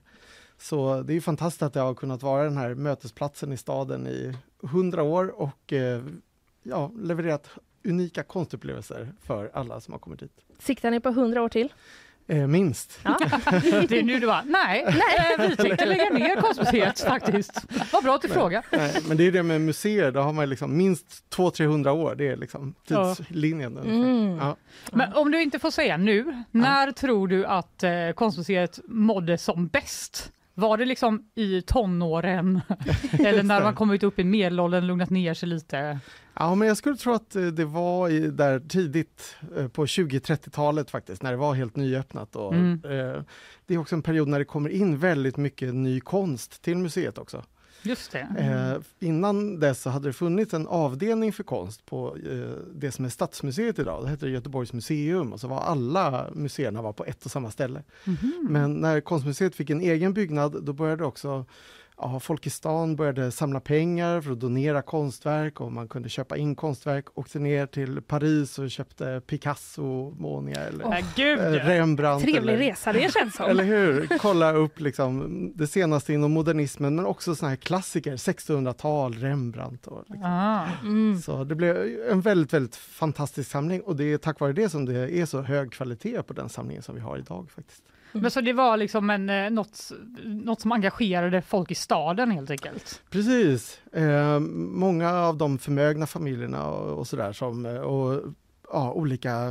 Så det är ju fantastiskt att det har kunnat vara den här mötesplatsen i staden i hundra år och eh, ja, levererat unika konstupplevelser för alla som har kommit dit. Siktar ni på hundra år till? Eh, minst. Ja. Det är nu du var. Nej, nej. Vi tänkte lägga ner konstmuseet faktiskt. Vad bra till fråga. Nej, men det är det med museer, då har man liksom minst två till trehundra år. Det är liksom tidslinjen. Mm. Ja. Men om du inte får säga nu, när ja. tror du att eh, konstmuseet mådde som bäst? Var det liksom i tonåren eller när man kommit upp i medelåldern, lugnat ner sig lite? Ja, men jag skulle tro att det var i, där tidigt på tjugo-trettiotalet faktiskt, när det var helt nyöppnat. Och, mm. eh, det är också en period när det kommer in väldigt mycket ny konst till museet också. Just det. Mm. Eh, innan dess så hade det funnits en avdelning för konst på eh, det som är Stadsmuseet idag. Det heter Göteborgs museum och så var alla museerna var på ett och samma ställe. Mm. Men när konstmuseet fick en egen byggnad, då började också ja, folk i stan började samla pengar för att donera konstverk och man kunde köpa in konstverk. Åkte ner till Paris och köpte Picasso-målningar eller oh. Gud, eh, Rembrandt. Trevlig eller, resa, det känns som. Eller hur? Kolla upp liksom det senaste inom modernismen men också såna här klassiker, sextonhundratal, Rembrandt. Och liksom. ah. mm. Så det blev en väldigt, väldigt fantastisk samling och det är tack vare det som det är så hög kvalitet på den samlingen som vi har idag faktiskt. Men så det var liksom en, något, något som engagerade folk i staden helt enkelt? Precis. Eh, många av de förmögna familjerna och, och sådär som och, ja, olika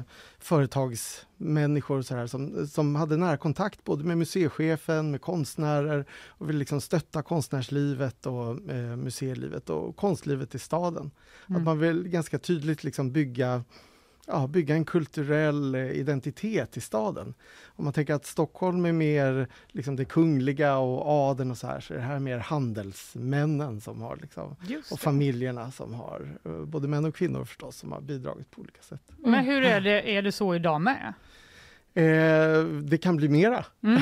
företagsmänniskor och så här, som, som hade nära kontakt både med museichefen, med konstnärer och ville liksom stötta konstnärslivet och eh, museilivet och konstlivet i staden. Mm. Att man vill ganska tydligt liksom bygga Ja, bygga en kulturell identitet i staden. Om man tänker att Stockholm är mer liksom det kungliga och adeln och så här, så är det här mer handelsmännen som har liksom, och familjerna som har, både män och kvinnor förstås, som har bidragit på olika sätt. Mm. Men hur är det, är det så idag med? Eh, det kan bli mera. Mm.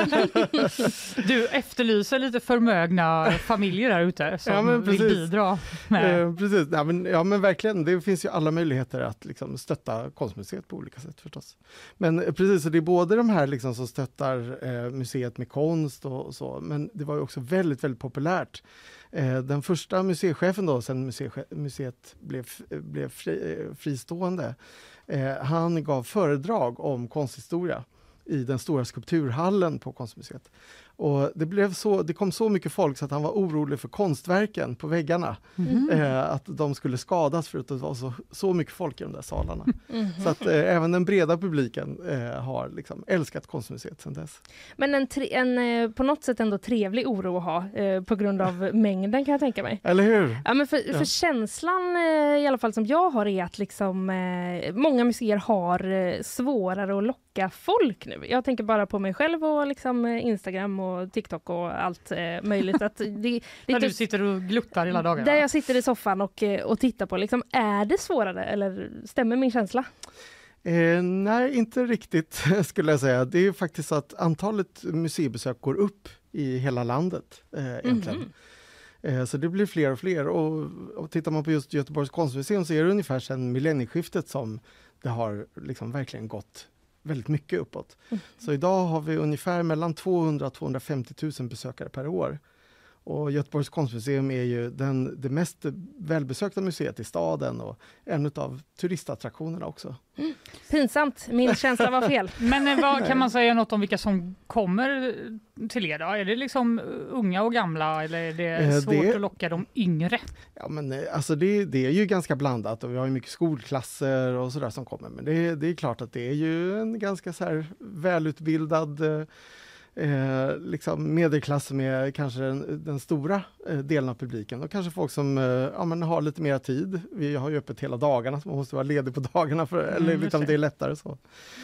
Du efterlyser lite förmögna familjer där ute som ja, vill bidra med. Eh, precis, ja men, ja men verkligen, det finns ju alla möjligheter att liksom, stötta konstmuseet på olika sätt förstås. Men eh, precis, så det är både de här liksom, som stöttar eh, museet med konst och, och så, men det var ju också väldigt, väldigt populärt. Eh, den första museichefen då, sen museet, museet blev, blev fri, fristående, Eh, han gav föredrag om konsthistoria i den stora skulpturhallen på konstmuseet. Och det, blev så, det kom så mycket folk så att han var orolig för konstverken på väggarna. Mm. Eh, att de skulle skadas för att det var så, så mycket folk i de där salarna. Mm. Så att eh, även den breda publiken eh, har liksom älskat konstmuseet sedan dess. Men en, tre, en eh, på något sätt ändå trevlig oro att ha eh, på grund av mängden kan jag tänka mig. Eller hur? Ja, men för, ja. för känslan eh, i alla fall som jag har är att liksom, eh, många museer har eh, svårare att locka folk nu. Jag tänker bara på mig själv och liksom, eh, Instagram och TikTok och allt eh, möjligt. Att det, det, När det, du sitter och gluttar hela dagen? Där jag sitter i soffan och, och tittar på. Liksom, är det svårare eller stämmer min känsla? Eh, nej, inte riktigt skulle jag säga. Det är ju faktiskt så att antalet museibesök går upp i hela landet eh, egentligen. Eh, så det blir fler och fler. Och, och tittar man på just Göteborgs konstmuseum så är det ungefär sedan millennieskiftet som det har liksom verkligen gått väldigt mycket uppåt. Mm. Så idag har vi ungefär mellan tvåhundra till tvåhundrafemtio tusen besökare per år. Och Göteborgs konstmuseum är ju den, det mest välbesökta museet i staden och en av turistattraktionerna också. Mm. Pinsamt, min känsla var fel. Men vad kan man säga något om vilka som kommer till er då? Är det liksom unga och gamla eller är det eh, svårt det... att locka de yngre? Ja, men alltså det, det är ju ganska blandat och vi har ju mycket skolklasser och sådär som kommer. Men det, det är klart att det är ju en ganska så här välutbildad Eh, liksom medelklass med kanske den, den stora eh, delen av publiken och kanske folk som eh, ja, men har lite mer tid. Vi har ju öppet hela dagarna så man måste vara ledig på dagarna för, mm, eller liksom, det är lättare så.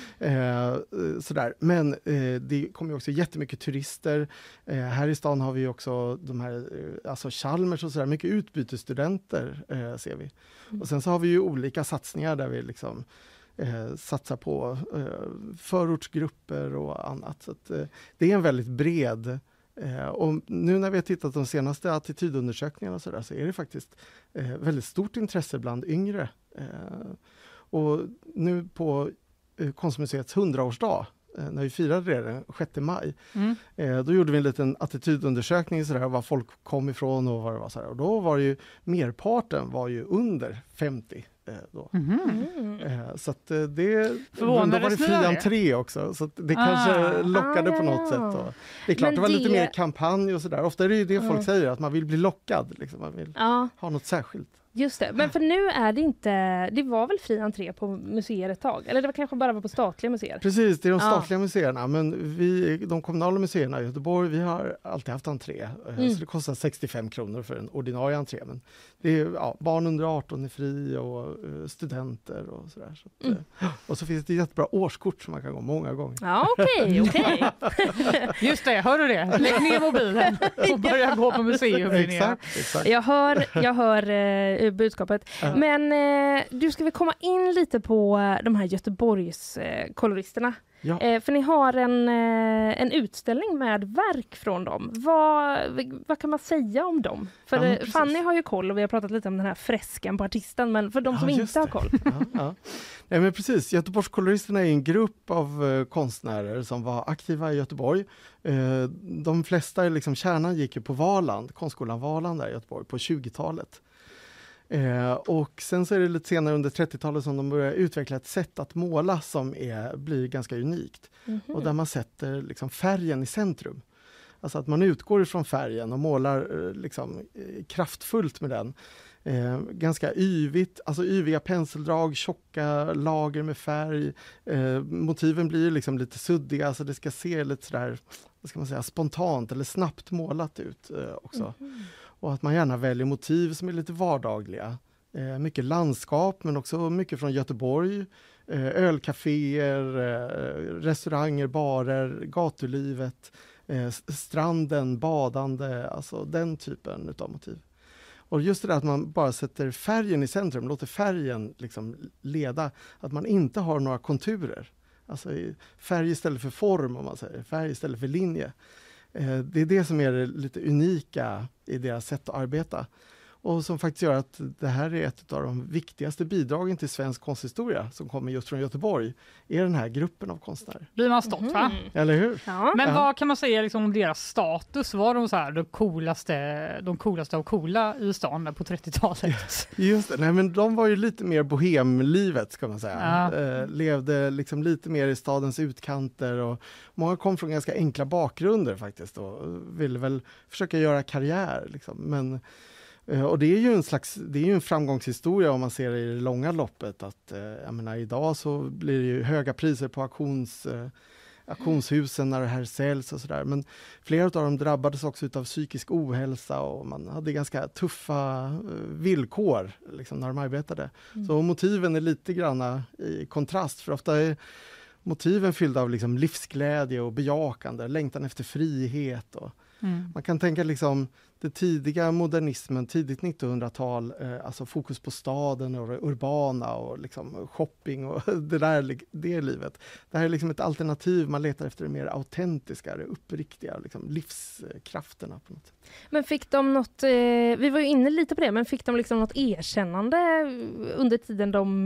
Eh, sådär. Men eh, det kommer ju också jättemycket turister. Eh, här i stan har vi också de här, eh, alltså Chalmers och sådär, mycket utbytesstudenter eh, ser vi. Mm. Och sen så har vi ju olika satsningar där vi liksom Eh, satsa på eh, förortsgrupper och annat. Så att, eh, det är en väldigt bred eh, och nu när vi har tittat de senaste attitydundersökningarna så, där, så är det faktiskt eh, väldigt stort intresse bland yngre. Eh, och nu på eh, Konstmuseets hundraårsdag eh, när vi firade det den sjätte maj mm. eh, då gjorde vi en liten attitydundersökning så där, var folk kom ifrån och vad det var så här. Och då var det ju merparten var ju under femtio. Då. Mm. Eh, så att det då var det fri entré också så att det ah. kanske lockade ah, på något sätt. Och det är klart Men det var det... lite mer kampanj och sådär. Ofta är det ju det folk uh. säger att man vill bli lockad. Liksom. Man vill uh. ha något särskilt. Just det, men för nu är det inte, det var väl fri entré på museer ett tag? Eller det var kanske bara var på statliga museer? Precis, det är de statliga ja. museerna, men vi, de kommunala museerna i Göteborg, vi har alltid haft entré. Mm. Så det kostar sextiofem kronor för en ordinarie entré. Men det är, ja, barn under arton är fri och uh, studenter och sådär. Så att, mm. uh, och så finns det ett jättebra årskort som man kan gå många gånger. Ja, okej, okej. Just det, hör du det? Lägg ner mobilen och börja gå på museum. Exakt, exakt. Jag hör, jag hör uh, budskapet. Uh-huh. Men eh, du ska väl komma in lite på de här Göteborgs eh, koloristerna. Ja. Eh, för ni har en, eh, en utställning med verk från dem. Vad, vad kan man säga om dem? För ja, Fanny har ju koll och vi har pratat lite om den här fresken på artisten, men för de ja, som inte har koll. ja, ja. Nej, men precis. Göteborgs koloristerna är en grupp av eh, konstnärer som var aktiva i Göteborg. Eh, de flesta, liksom, kärnan gick ju på Valand, konstskolan Valand där i Göteborg på tjugotalet. Eh, och sen så är det lite senare under trettiotalet som de börjar utveckla ett sätt att måla som är, blir ganska unikt. Mm-hmm. Och där man sätter liksom färgen i centrum. Alltså att man utgår ifrån färgen och målar eh, liksom, eh, kraftfullt med den. Eh, ganska yvigt, alltså yviga penseldrag, tjocka lager med färg. Eh, motiven blir liksom lite suddiga, alltså det ska se lite sådär, vad ska man säga, spontant eller snabbt målat ut eh, också. Mm-hmm. Och att man gärna väljer motiv som är lite vardagliga. Eh, mycket landskap men också mycket från Göteborg. Eh, ölcaféer, eh, restauranger, barer, gatulivet, eh, stranden, badande. Alltså den typen av motiv. Och just det där att man bara sätter färgen i centrum, låter färgen liksom leda. Att man inte har några konturer. Alltså färg istället för form, om man säger. Färg istället för linje. Det är det som är det lite unika i deras sätt att arbeta. Och som faktiskt gör att det här är ett av de viktigaste bidragen till svensk konsthistoria som kommer just från Göteborg, är den här gruppen av konstnärer. Blir man stolt, mm. va? Eller hur? Ja. Men ja. vad kan man säga liksom om deras status? Var de så här de coolaste, de coolaste av coola i stan där på trettiotalet? Just det, nej men de var ju lite mer bohemlivet ska man säga. Ja. Eh, levde liksom lite mer i stadens utkanter och många kom från ganska enkla bakgrunder faktiskt och ville väl försöka göra karriär liksom. Men och det är ju en slags, det är ju en framgångshistoria om man ser det i det långa loppet att eh, jag menar, idag så blir det ju höga priser på auktions, eh, auktionshusen när det här säljs och sådär. Men flera av dem drabbades också av psykisk ohälsa och man hade ganska tuffa eh, villkor liksom, när de arbetade. Mm. Så motiven är lite granna i kontrast, för ofta är motiven fyllda av liksom livsglädje och bejakande, längtan efter frihet och Mm. Man kan tänka liksom det tidiga modernismen, tidigt nittonhundratal, eh, alltså fokus på staden och det urbana och liksom shopping och det där det livet. Det här är liksom ett alternativ, man letar efter det mer autentiska, det uppriktiga, liksom livskrafterna på något sätt. Men fick de något, eh, vi var ju inne lite på det, men fick de liksom något erkännande under tiden de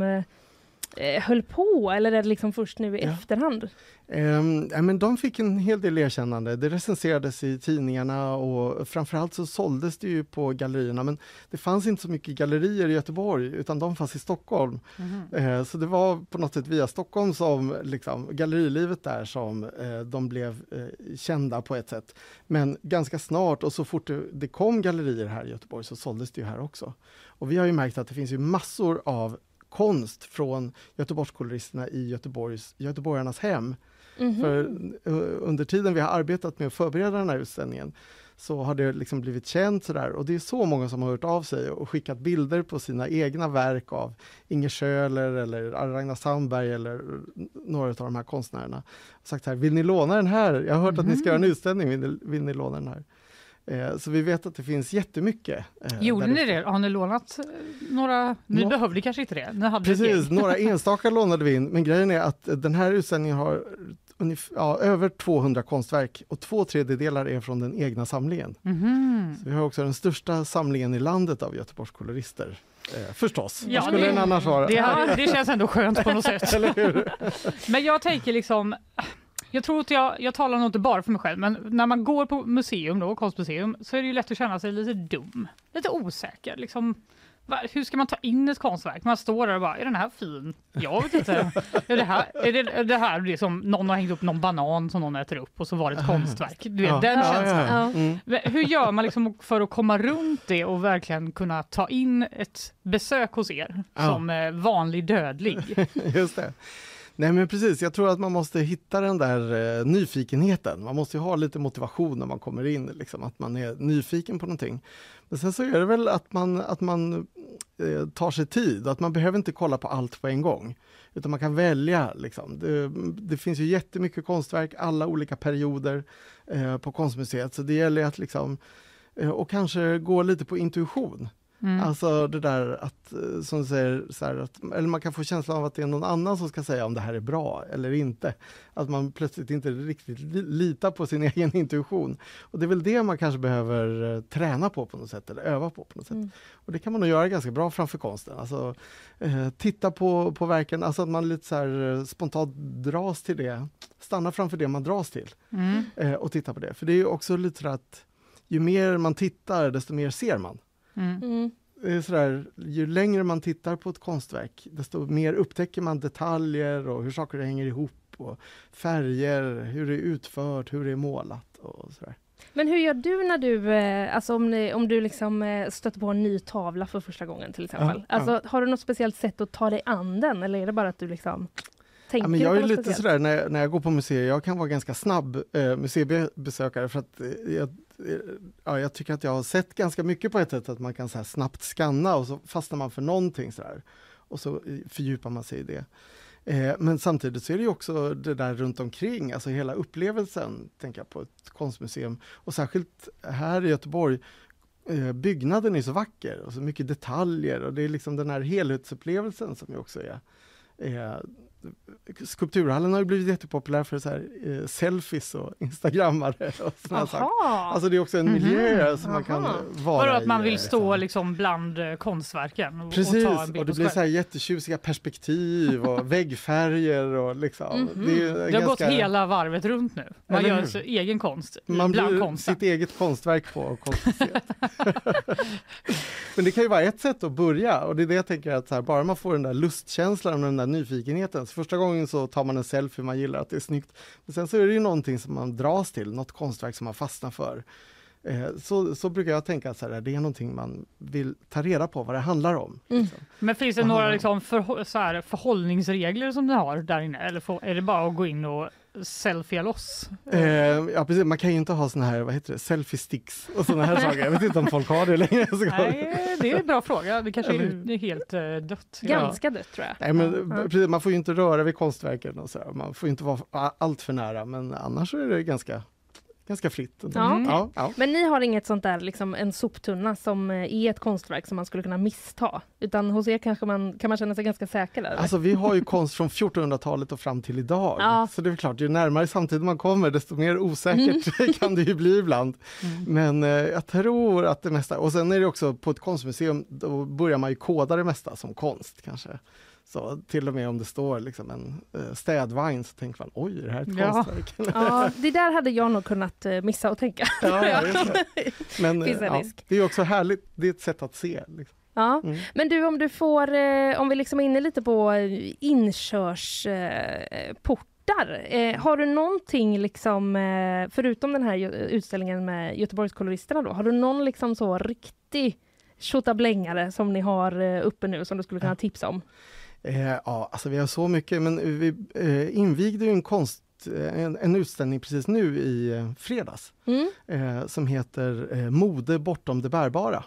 eh, höll på, eller är det liksom först nu i ja. efterhand? Um, ja, men de fick en hel del erkännande. Det recenserades i tidningarna och framförallt så såldes det ju på gallerierna, men det fanns inte så mycket gallerier i Göteborg utan de fanns i Stockholm. Mm. Uh, så det var på något sätt via Stockholm som liksom, gallerilivet där som uh, de blev uh, kända på ett sätt. Men ganska snart och så fort det, det kom gallerier här i Göteborg så såldes det ju här också. Och vi har ju märkt att det finns ju massor av konst från Göteborgskoloristerna i Göteborgs, Göteborgarnas hem. Mm-hmm. För uh, under tiden vi har arbetat med att förbereda den här utställningen så har det liksom blivit känt sådär, och det är så många som har hört av sig och skickat bilder på sina egna verk av Inger Schöler eller Ragnar Sandberg eller några av de här konstnärerna. Och sagt här, vill ni låna den här? Jag har hört mm-hmm. att ni ska göra en utställning, vill ni, vill ni låna den här? Eh, så vi vet att det finns jättemycket. Eh, Gjorde ni det? Har ni lånat några? Ni Nå- behövde kanske inte det. Ni hade Precis, några enstaka lånade vi in. Men grejen är att den här utställningen har ungefär, ja, över tvåhundra konstverk och två tredjedelar är från den egna samlingen. Mm-hmm. Så vi har också den största samlingen i landet av Göteborgs kolorister. Eh, förstås. Ja, skulle det, den annars vara? Det, här, det känns ändå skönt på något sätt. Eller hur? Men jag tänker liksom... Jag tror att jag, jag talar nog inte bara för mig själv, men när man går på museum då, konstmuseum, så är det ju lätt att känna sig lite dum, lite osäker. Liksom, va, hur ska man ta in ett konstverk? Man står där och bara, är den här fin? Jag vet inte. Är det här, är det, är det här det som någon har hängt upp någon banan som någon äter upp och så var det ett konstverk? Du vet, ja. Den ja, känslan. Ja. Mm. Hur gör man liksom för att komma runt det och verkligen kunna ta in ett besök hos er ja. som vanlig dödlig? Just det. Nej men precis, jag tror att man måste hitta den där eh, nyfikenheten. Man måste ju ha lite motivation när man kommer in, liksom, att man är nyfiken på någonting. Men sen så är det väl att man, att man eh, tar sig tid, att man behöver inte kolla på allt på en gång. Utan man kan välja. Liksom. Det, det finns ju jättemycket konstverk, alla olika perioder eh, på konstmuseet. Så det gäller att liksom, eh, och kanske gå lite på intuition. Mm. Alltså det där att, som du säger, så här, att, eller man kan få känslan av att det är någon annan som ska säga om det här är bra eller inte. Att man plötsligt inte riktigt litar på sin egen intuition. Och det är väl det man kanske behöver träna på på något sätt eller öva på på något sätt. Mm. Och det kan man nog göra ganska bra framför konsten. Alltså eh, titta på, på verken, alltså att man lite så här spontant dras till det. Stanna framför det man dras till. Mm. Eh, och titta på det. För det är ju också lite så att ju mer man tittar desto mer ser man. Mm. Mm. Det är sådär, ju längre man tittar på ett konstverk desto mer upptäcker man detaljer och hur saker hänger ihop och färger, hur det är utfört, hur det är målat och sådär. Men hur gör du när du, alltså om, ni, om du liksom stöter på en ny tavla för första gången till exempel? Ja, alltså, ja. Har du något speciellt sätt att ta dig an den eller är det bara att du liksom tänker ja, men jag på är något lite speciellt? sådär när jag, när jag går på museer, jag kan vara ganska snabb eh, museibesökare för att eh, jag Ja, jag tycker att jag har sett ganska mycket på ett sätt att man kan så här snabbt skanna och så fastnar man för någonting så där. Och så fördjupar man sig i det. Eh, men samtidigt så är det ju också det där runt omkring, alltså hela upplevelsen, tänker jag på ett konstmuseum. Och särskilt här i Göteborg, eh, byggnaden är så vacker och så mycket detaljer och det är liksom den här helhetsupplevelsen som ju också är eh, Skulpturhallen har ju blivit jättepopulär för så här, eh, selfies och instagrammare och såna saker. Alltså det är också en miljö mm-hmm. som man kan vara Vadå, att man i, vill stå liksom bland konstverken och, precis, och ta en bild och det blir så här jättetjusiga perspektiv och väggfärger och liksom. Mm-hmm. Det, är det har ganska... gått hela varvet runt nu. Man Eller gör så egen konst man bland blir konsten. sitt eget konstverk på konstmuseet. Men det kan ju vara ett sätt att börja och det är det jag tänker att så här, bara man får den där lustkänslan och den där nyfikenheten. Så första gången så tar man en selfie, man gillar att det är snyggt. Men sen så är det ju någonting som man dras till, något konstverk som man fastnar för. Eh, så, så brukar jag tänka att så här, det är någonting man vill ta reda på vad det handlar om. Mm. Liksom. Men finns det några liksom för, så här, förhållningsregler som ni har där inne? Eller får, är det bara att gå in och selfie loss? Eh, ja precis, man kan ju inte ha såna här, vad heter det, selfie sticks och såna här saker. Jag vet inte om folk har det längre. Nej, det är en bra fråga. Det kanske är, är helt uh, dött. Ganska dött tror jag. Nej, men, mm. precis, man får ju inte röra vid konstverken och så. Man får ju inte vara allt för nära, men annars är det ganska ganska fritt. Ja, okay. ja, ja. Men ni har inget sånt där, liksom en soptunna som är ett konstverk som man skulle kunna missta? Utan hos er kanske man, kan man känna sig ganska säker där? Alltså vi har ju konst från fjortonhundratalet och fram till idag. Ja. Så det är klart, ju närmare samtidigt man kommer desto mer osäkert mm. kan det ju bli ibland. Mm. Men eh, jag tror att det mesta, och sen är det också på ett konstmuseum, då börjar man ju koda det mesta som konst kanske. Så till och med om det står liksom en uh, städvagn så tänker man, oj, är det här ett ja. konstverk? Ja, det där hade jag nog kunnat uh, missa och tänka. Ja, ja, just det. Men uh, ja, det är också härligt, det är ett sätt att se. Liksom. Ja, mm. Men du, om du får, uh, om vi liksom är inne lite på inkörsportar, uh, uh, har du någonting liksom, uh, förutom den här utställningen med Göteborgskoloristerna då, har du någon liksom så riktig tjottablängare som ni har uh, uppe nu som du skulle kunna tipsa om? Eh, ja, alltså vi har så mycket, men vi eh, invigde ju en konst, en, en utställning precis nu i eh, fredags mm. eh, som heter eh, Mode bortom det bärbara.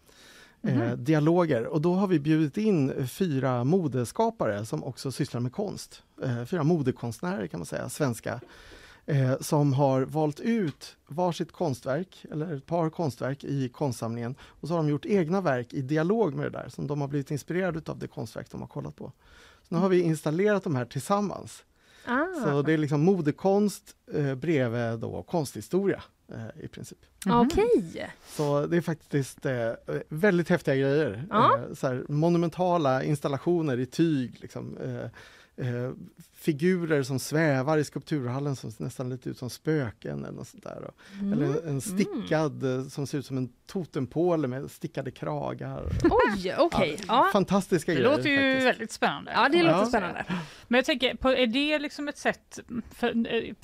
Eh, mm. Dialoger, och då har vi bjudit in fyra modeskapare som också sysslar med konst. Eh, fyra modekonstnärer kan man säga, svenska. Eh, som har valt ut varsitt konstverk eller ett par konstverk i konstsamlingen, och så har de gjort egna verk i dialog med det där som de har blivit inspirerade av det konstverk de har kollat på. Så nu har vi installerat de här tillsammans. Ah. Så det är liksom modekonst eh, bredvid då konsthistoria eh, i princip. Mm. Okej. Okay. Så det är faktiskt eh, väldigt häftiga grejer. Ah. Eh, så här, monumentala installationer i tyg liksom, eh, Eh, figurer som svävar i skulpturhallen som nästan lite ut som spöken eller något sånt där. Mm. Eller en, en stickad mm. som ser ut som en totempåle med stickade kragar. Oj, okej. Okay. Ja, ja. Fantastiska det grejer. Det låter ju faktiskt. väldigt spännande. Ja, det ja. låter spännande. Men jag tänker, på, är det liksom ett sätt för,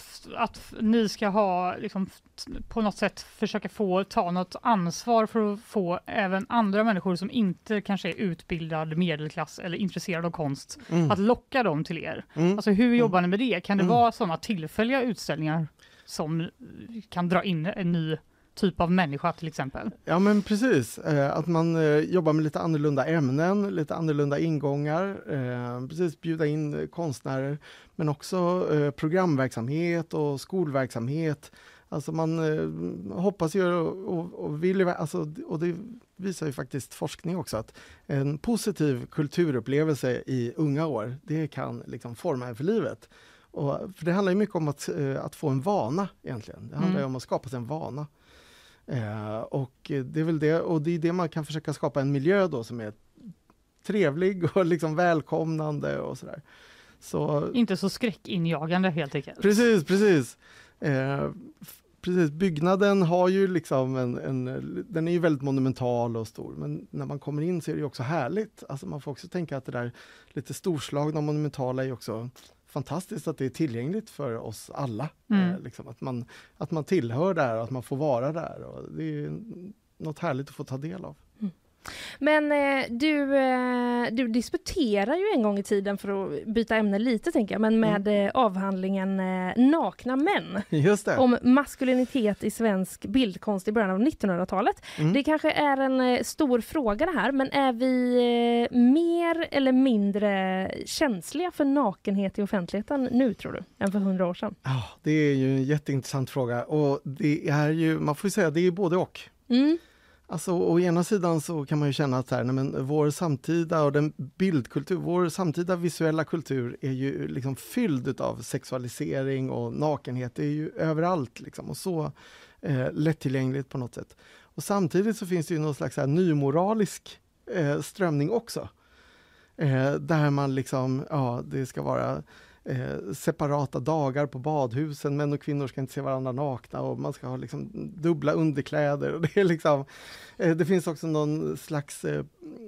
att ni ska ha liksom, på något sätt försöka få ta något ansvar för att få även andra människor som inte kanske är utbildad medelklass eller intresserade av konst mm. att locka dem till er? Mm. Alltså hur jobbar ni med det? Kan det mm. vara sådana tillfälliga utställningar som kan dra in en ny typ av människa till exempel? Ja, men precis. Eh, att man eh, jobbar med lite annorlunda ämnen, lite annorlunda ingångar, eh, precis bjuda in konstnärer, men också eh, programverksamhet och skolverksamhet. Alltså man eh, hoppas ju och, och, och vill ju, alltså, och det visar ju faktiskt forskning också, att en positiv kulturupplevelse i unga år, det kan liksom forma en för livet. Och, för det handlar ju mycket om att, eh, att få en vana egentligen. Det handlar mm. ju om att skapa sig en vana. Eh, och det är väl det, och det är det man kan försöka skapa en miljö då som är trevlig och liksom välkomnande och sådär. Så, inte så skräckinjagande helt enkelt. Precis, precis. Eh, precis, byggnaden har ju liksom en, en, den är ju väldigt monumental och stor, men när man kommer in så är det ju också härligt. Alltså man får också tänka att det där lite storslagna och monumentala är ju också fantastiskt, att det är tillgängligt för oss alla. Mm. Eh, liksom, att, man, att man tillhör där och att man får vara där. Och det är ju något härligt att få ta del av. Mm. Men eh, du, eh, du disputerar ju en gång i tiden, för att byta ämne lite tänker jag, men med mm. eh, avhandlingen eh, Nakna män. Just det. Om maskulinitet i svensk bildkonst i början av nittonhundratalet. Mm. Det kanske är en eh, stor fråga det här, men är vi eh, mer eller mindre känsliga för nakenhet i offentligheten nu, tror du, än för hundra år sedan? Ja, det är ju en jätteintressant fråga, och det är ju, man får säga, det är både och. Mm. Alltså, å ena sidan så kan man ju känna att här, nej, men vår samtida och den bildkultur, vår samtida visuella kultur är ju liksom fylld av sexualisering och nakenhet. Det är ju överallt liksom, och så eh, lättillgängligt på något sätt. Och samtidigt så finns det ju någon slags här, nymoralisk eh, strömning också. Eh, där man liksom, ja, det ska vara Eh, separata dagar på badhusen, män och kvinnor ska inte se varandra nakna, och man ska ha liksom dubbla underkläder, och det är liksom eh, det finns också någon slags eh,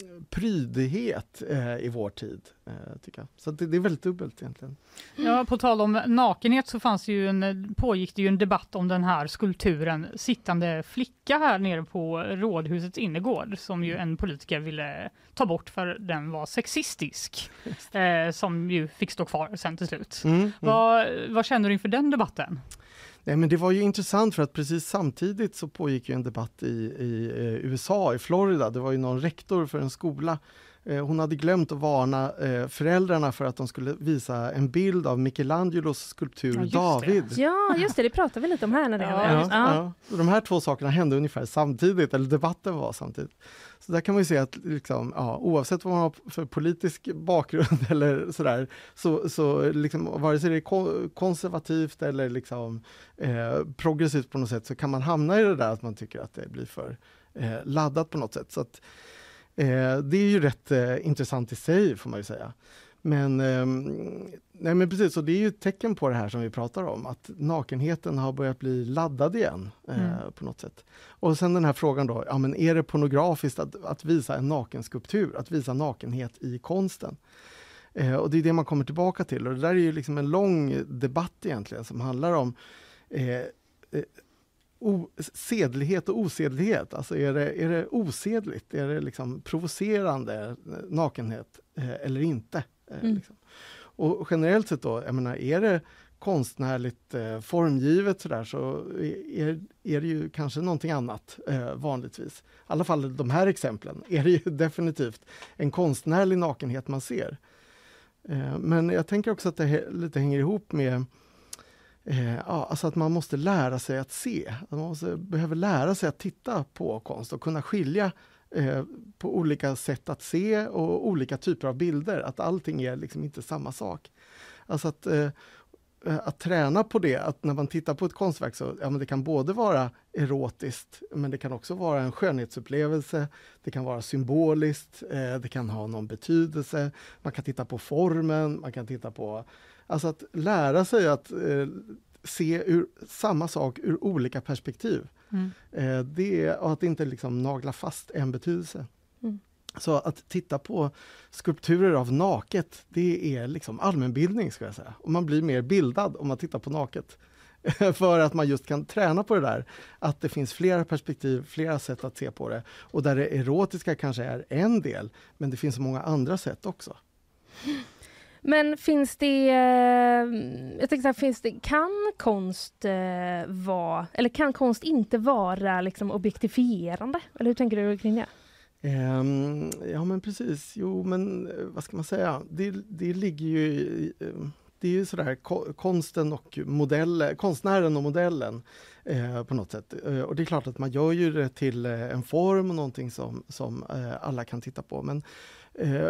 prydighet eh, i vår tid, eh, tycker jag. Så det, det är väldigt dubbelt egentligen. Ja, på tal om nakenhet så fanns ju en, pågick det ju en debatt om den här skulpturen Sittande flicka här nere på Rådhusets innergård, som ju en politiker ville ta bort för den var sexistisk, eh, som ju fick stå kvar sen till slut. Mm, mm. Vad, vad känner du inför den debatten? Nej, men det var ju intressant, för att precis samtidigt så pågick ju en debatt i, i eh, U S A, i Florida. Det var ju någon rektor för en skola Eh, hon hade glömt att varna eh, föräldrarna för att de skulle visa en bild av Michelangelos skulptur Ja, David. Ja, just det. Det pratade vi lite om här när det Ja, var. Ja, Ja. ja. Så de här två sakerna hände ungefär samtidigt, eller debatten var samtidigt. Så där kan man ju se att liksom, ja, oavsett vad man har för politisk bakgrund eller sådär, så, så liksom, vare sig det är ko- konservativt eller liksom, eh, progressivt på något sätt, så kan man hamna i det där att man tycker att det blir för eh, laddat på något sätt. Så att, eh, det är ju rätt eh, intressant i sig, får man ju säga. Men, eh, nej men precis, så det är ju ett tecken på det här som vi pratar om, att nakenheten har börjat bli laddad igen eh, Mm. på något sätt. Och sen den här frågan då, ja men är det pornografiskt att, att visa en nakenskulptur, att visa nakenhet i konsten? Eh, och det är det man kommer tillbaka till, och det där är ju liksom en lång debatt egentligen som handlar om eh, eh, O, sedlighet och osedlighet. Alltså är det, är det osedligt? Är det liksom provocerande nakenhet eh, eller inte? Eh, Mm. liksom. Och generellt sett då, jag menar, är det konstnärligt eh, formgivet sådär, så är, är det ju kanske någonting annat eh, vanligtvis. I alla fall de här exemplen är det ju definitivt en konstnärlig nakenhet man ser. Eh, men jag tänker också att det he- lite hänger ihop med Eh, ja, alltså att man måste lära sig att se. Att man måste, behöver lära sig att titta på konst och kunna skilja eh, på olika sätt att se och olika typer av bilder. Att allting är liksom inte samma sak. Alltså att, eh, att träna på det, att när man tittar på ett konstverk så ja, men det kan både vara erotiskt, men det kan också vara en skönhetsupplevelse. Det kan vara symboliskt, eh, det kan ha någon betydelse. Man kan titta på formen, man kan titta på... Alltså att lära sig att eh, se ur, samma sak ur olika perspektiv. Mm. Eh, det är, och att inte liksom nagla fast en betydelse. Mm. Så att titta på skulpturer av naket, det är liksom allmänbildning, ska jag säga. Och man blir mer bildad om man tittar på naket. För att man just kan träna på det där. Att det finns flera perspektiv, flera sätt att se på det. Och där det erotiska kanske är en del, men det finns många andra sätt också. Men finns det, eh, jag tänkte så här, finns det, kan konst eh, vara, eller kan konst inte vara liksom objektifierande? Eller hur tänker du kring det? Um, ja men precis, jo men eh, vad ska man säga, det, det ligger ju i, eh, det är ju sådär ko- konsten och modellen, konstnären och modellen eh, på något sätt. Eh, och det är klart att man gör ju det till eh, en form och någonting som, som eh, alla kan titta på, men eh,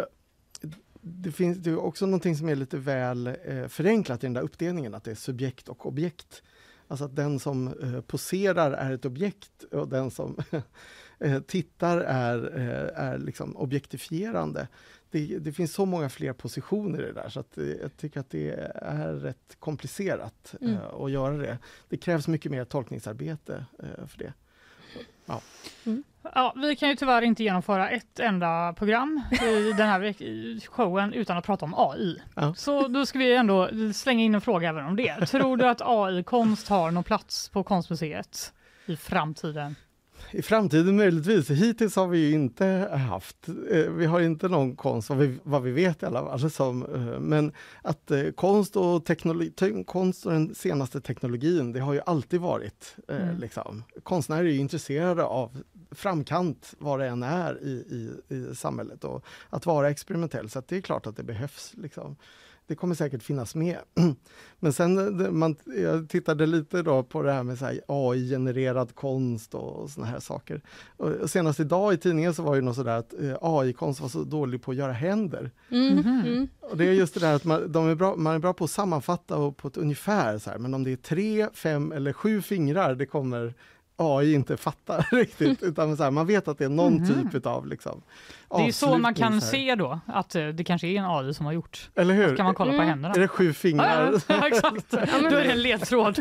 det finns det är också någonting som är lite väl eh, förenklat i den där uppdelningen, att det är subjekt och objekt. Alltså att den som eh, poserar är ett objekt och den som eh, tittar är, eh, är liksom objektifierande. Det, det finns så många fler positioner i det där, så att, eh, jag tycker att det är rätt komplicerat eh, Mm. att göra det. Det krävs mycket mer tolkningsarbete eh, för det. Ja. Mm. Ja, vi kan ju tyvärr inte genomföra ett enda program i den här veck- i showen utan att prata om A I. Ja. Så då ska vi ändå slänga in en fråga även om det. Tror du att A I-konst har någon plats på konstmuseet i framtiden? I framtiden möjligtvis. Hittills har vi ju inte haft, eh, vi har inte någon konst, vad vi, vad vi vet i alla fall, som, eh, men att eh, konst, och teknologi, te, konst och den senaste teknologin, det har ju alltid varit eh, Mm. liksom. Konstnärer är ju intresserade av framkant, vad det än är i, i, i samhället, och att vara experimentell, så att det är klart att det behövs liksom. Det kommer säkert finnas med. Men sen, det- man, jag tittade lite då på det här med så här A I-genererad konst och såna här saker. Och senast idag i tidningen så var det något sådär att eh, A I-konst var så dålig på att göra händer. Mm. Mhm. Mm. Och det är just det där att man, de är bra, man är bra på att sammanfatta och på ett ungefär, så här, men om det är tre, fem eller sju fingrar, det kommer A I inte fatta riktigt. Utan så här, man vet att det är någon Mhm. typ av liksom, Det är ju så man kan avslutning, så här. se då att eh, det kanske är en A I som har gjort. Eller hur? Kan man kolla på Mm. händerna? Är det sju fingrar? Ja, ja, exakt. Då är det en ledtråd.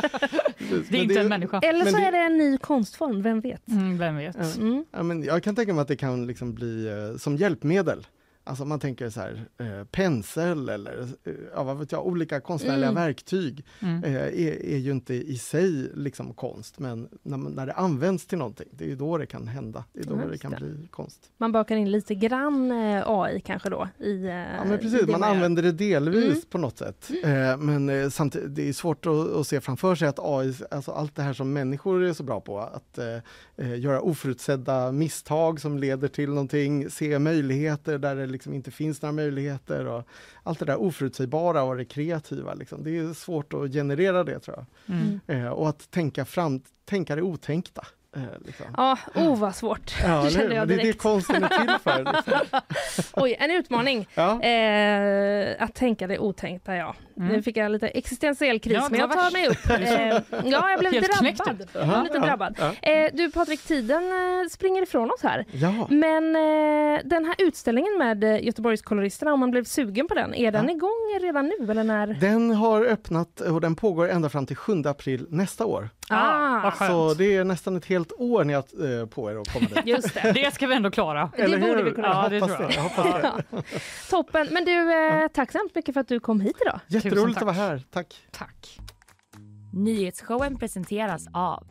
Det är inte en människa. Eller Men så det- är det en ny konstform, vem vet? Mm, vem vet? Ja. Mm. Ja, men jag kan tänka mig att det kan liksom bli eh, som hjälpmedel. alltså man tänker så här, eh, pensel eller eh, ja, vad vet jag, olika konstnärliga Mm. verktyg Mm. eh, är, är ju inte i sig liksom konst, men när, man, när det används till någonting, det är ju då det kan hända. Det är då Ja, det just kan det. bli konst. Man bakar in lite grann eh, A I kanske då i eh, Ja, men precis, i det man gör. använder det delvis Mm. på något sätt. Eh, men eh, samtidigt, det är svårt att, att se framför sig att A I, alltså allt det här som människor är så bra på, att eh, eh, göra oförutsedda misstag som leder till någonting, se möjligheter där det liksom inte finns några möjligheter och allt det där oförutsägbara och det kreativa. Liksom. Det är svårt att generera det, tror jag. Mm. Eh, och att tänka fram, tänka det otänkta. Eh, liksom. Ja, oh vad svårt. Ja, det eller hur? kände jag Men det är det direkt. konsten är till för. Liksom. Oj, en utmaning. Ja. Eh, att tänka det otänkta, ja. Mm. Nu fick jag lite existentiell kris, Ja, det men jag var tar värst. mig upp. Eh, ja, jag blev Helt knäckt drabbad. ut. Jag blev lite Ja, drabbad. ja. Eh, du Patrik, tiden eh, springer ifrån oss här. Ja. Men eh, den här utställningen med eh, Göteborgskoloristerna, om man blev sugen på den, är den Ja. igång redan nu eller när? Den har öppnat och den pågår ända fram till sjunde april nästa år. Ah, vad skönt. Så det är nästan ett helt år ni har eh, på er att komma dit. Just det. Det ska vi ändå klara. Det borde vi kunna. Jag Ja, det hoppas tror jag. det. Jag hoppas det. Ja. Toppen. Men du, eh, tack så hemskt mycket för att du kom hit idag. Tusen Jätteroligt tack. att vara här. Tack. Tack. Nyhetsshowen presenteras av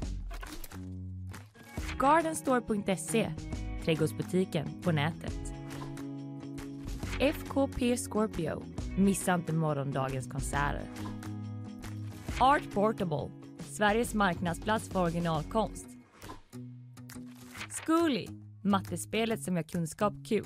gardenstore punkt se, trädgårdsbutiken på nätet. F K P Scorpio, missa inte morgondagens konserter. Art Portable, Sveriges marknadsplats för originalkonst. Zcooly, mattespelet som gör kunskap kul.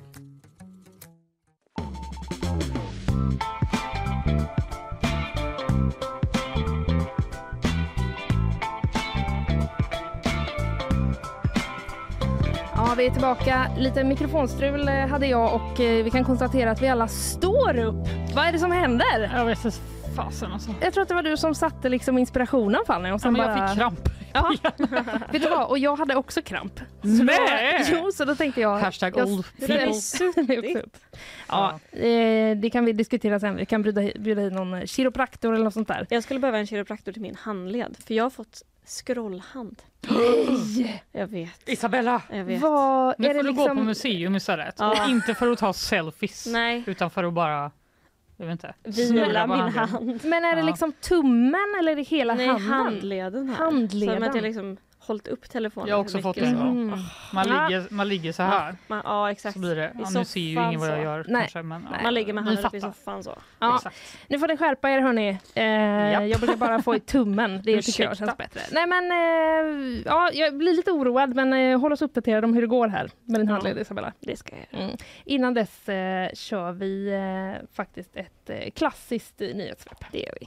Ja, vi är tillbaka. Lite mikrofonstrul eh, hade jag och eh, vi kan konstatera att vi alla står upp. Vad är det som händer? Jag vet inte fasen alltså. Jag tror att det var du som satte liksom inspirationen, Fanny. Och Ja, sen men bara... jag fick kramp. Ja. Vet du vad? Och jag hade också kramp. Så Nej! Då, jo, så då tänkte jag... Hashtag jag old ställer mig också upp. Ja, eh, det kan vi diskutera sen. Vi kan bjuda, bjuda in någon kiropraktor eller något sånt där. Jag skulle behöva en kiropraktor till min handled. För jag har fått scrollhand. Nej! Jag vet. Isabella! Jag vet. Vad Nu är får det du gå på liksom... museum istället. Ja. Och inte för att ta selfies. Nej. Utan för att bara, jag vet inte. Vila snurra på min handen. hand. Men är det Ja. liksom tummen eller är det hela Nej, handen? handleden här. Handleden. Som att jag liksom hållit upp telefonen. Jag har också hur fått mycket det. som- Mm. Man, Ja. ligger, man ligger så här. Man, ja, exakt. Så blir det. I Ja, nu ser ju soffan ingen vad jag så. gör Nej. kanske. Men, ja. Man ligger med Ni handen uppe i fattar. soffan så. Ja, Exakt. nu får ni skärpa er hörni. Eh, jag brukar bara få i tummen. Det tycker jag Ursäkta. känns bättre. Nej men, eh, ja, jag blir lite oroad men eh, håll oss uppdaterade om hur det går här med din Ja. handled, Isabella. Det ska jag göra. Mm. Innan dess eh, kör vi eh, faktiskt ett eh, klassiskt eh, nyhetssvep. Det gör vi.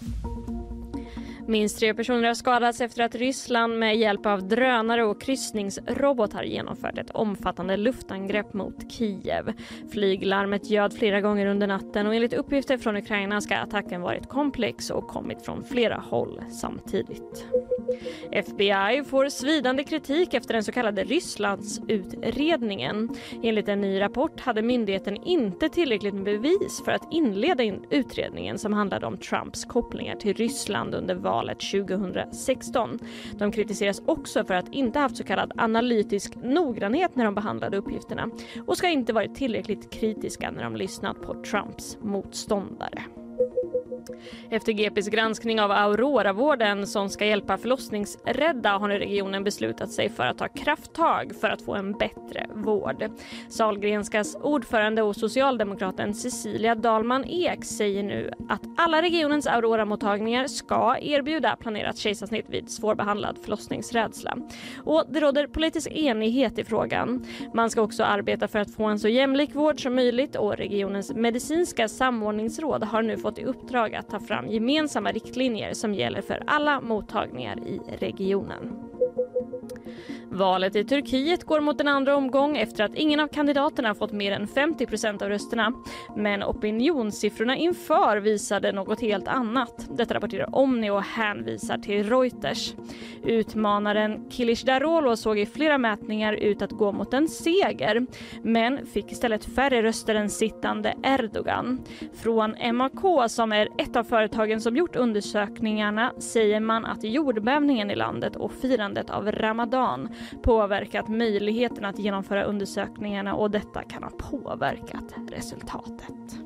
Minst tre personer har skadats efter att Ryssland med hjälp av drönare och kryssningsrobotar genomfört ett omfattande luftangrepp mot Kiev. Flyglarmet ljöd flera gånger under natten och enligt uppgifter från Ukraina ska attacken varit komplex och kommit från flera håll samtidigt. F B I får svidande kritik efter den så kallade Rysslandsutredningen. Enligt en ny rapport hade myndigheten inte tillräckligt med bevis för att inleda in utredningen som handlade om Trumps kopplingar till Ryssland under valet tjugohundrasexton. De kritiseras också för att inte haft så kallad analytisk noggrannhet när de behandlade uppgifterna och ska inte varit tillräckligt kritiska när de lyssnat på Trumps motståndare. Efter G P:s granskning av Aurora-vården som ska hjälpa förlossningsrädda har nu regionen beslutat sig för att ta krafttag för att få en bättre vård. Sahlgrenskas ordförande och socialdemokraten Cecilia Dalman Ek säger nu att alla regionens Aurora-mottagningar ska erbjuda planerat kejsarsnitt vid svårbehandlad förlossningsrädsla. Och det råder politisk enighet i frågan. Man ska också arbeta för att få en så jämlik vård som möjligt och regionens medicinska samordningsråd har nu fått i uppdrag att ta fram gemensamma riktlinjer som gäller för alla mottagningar i regionen. Valet i Turkiet går mot en andra omgång efter att ingen av kandidaterna fått mer än femtio procent av rösterna. Men opinionssiffrorna inför visade något helt annat. Detta rapporterar Omni och hänvisar till Reuters. Utmanaren Kılıçdaroğlu såg i flera mätningar ut att gå mot en seger, men fick istället färre röster än sittande Erdogan. Från M A K, som är ett av företagen som gjort undersökningarna, säger man att jordbävningen i landet och firandet av Ramadan påverkat möjligheten att genomföra undersökningarna och detta kan ha påverkat resultatet.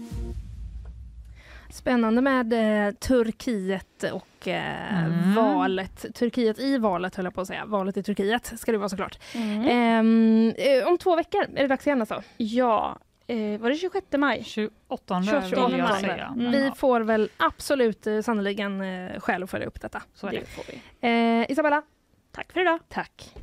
Spännande med eh, Turkiet och eh, Mm. valet. Turkiet i valet höll jag på att säga. Valet i Turkiet ska det vara såklart. Mm. Ehm, eh, om två veckor är det dags igen alltså. Ja, eh, var det tjugosjätte maj? tjugoåttonde tjugoåttonde vill jag maj. säga. Mm. Men, Vi ja, får väl absolut eh, sannoliken eh, skäl att följa upp detta. så är det. Det får vi. Eh, Isabella, Tack för idag. tack.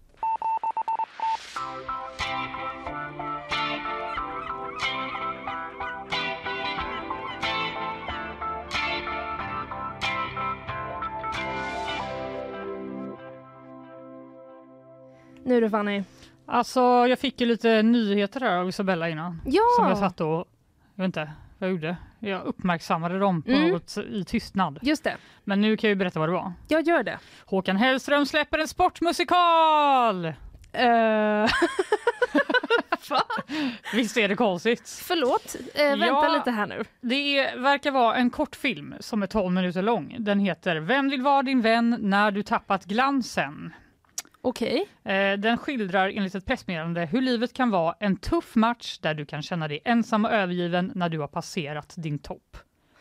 Nu du Fanny. Alltså, jag fick ju lite nyheter där av Isabella innan. Ja! Som jag satt och, jag vet inte vad jag gjorde. Jag uppmärksammade dem på Mm. något i tystnad. Just det, Men nu kan jag ju berätta vad det var. jag gör det. Håkan Hellström släpper en sportmusikal! Uh, Visst är det konstigt? förlåt, eh, vänta Ja. lite här nu. Det är, verkar vara en kortfilm som är tolv minuter lång. Den heter Vem vill vara din vän när du tappat glansen? Okej. Eh, den skildrar enligt ett pressmeddelande hur livet kan vara en tuff match där du kan känna dig ensam och övergiven när du har passerat din topp.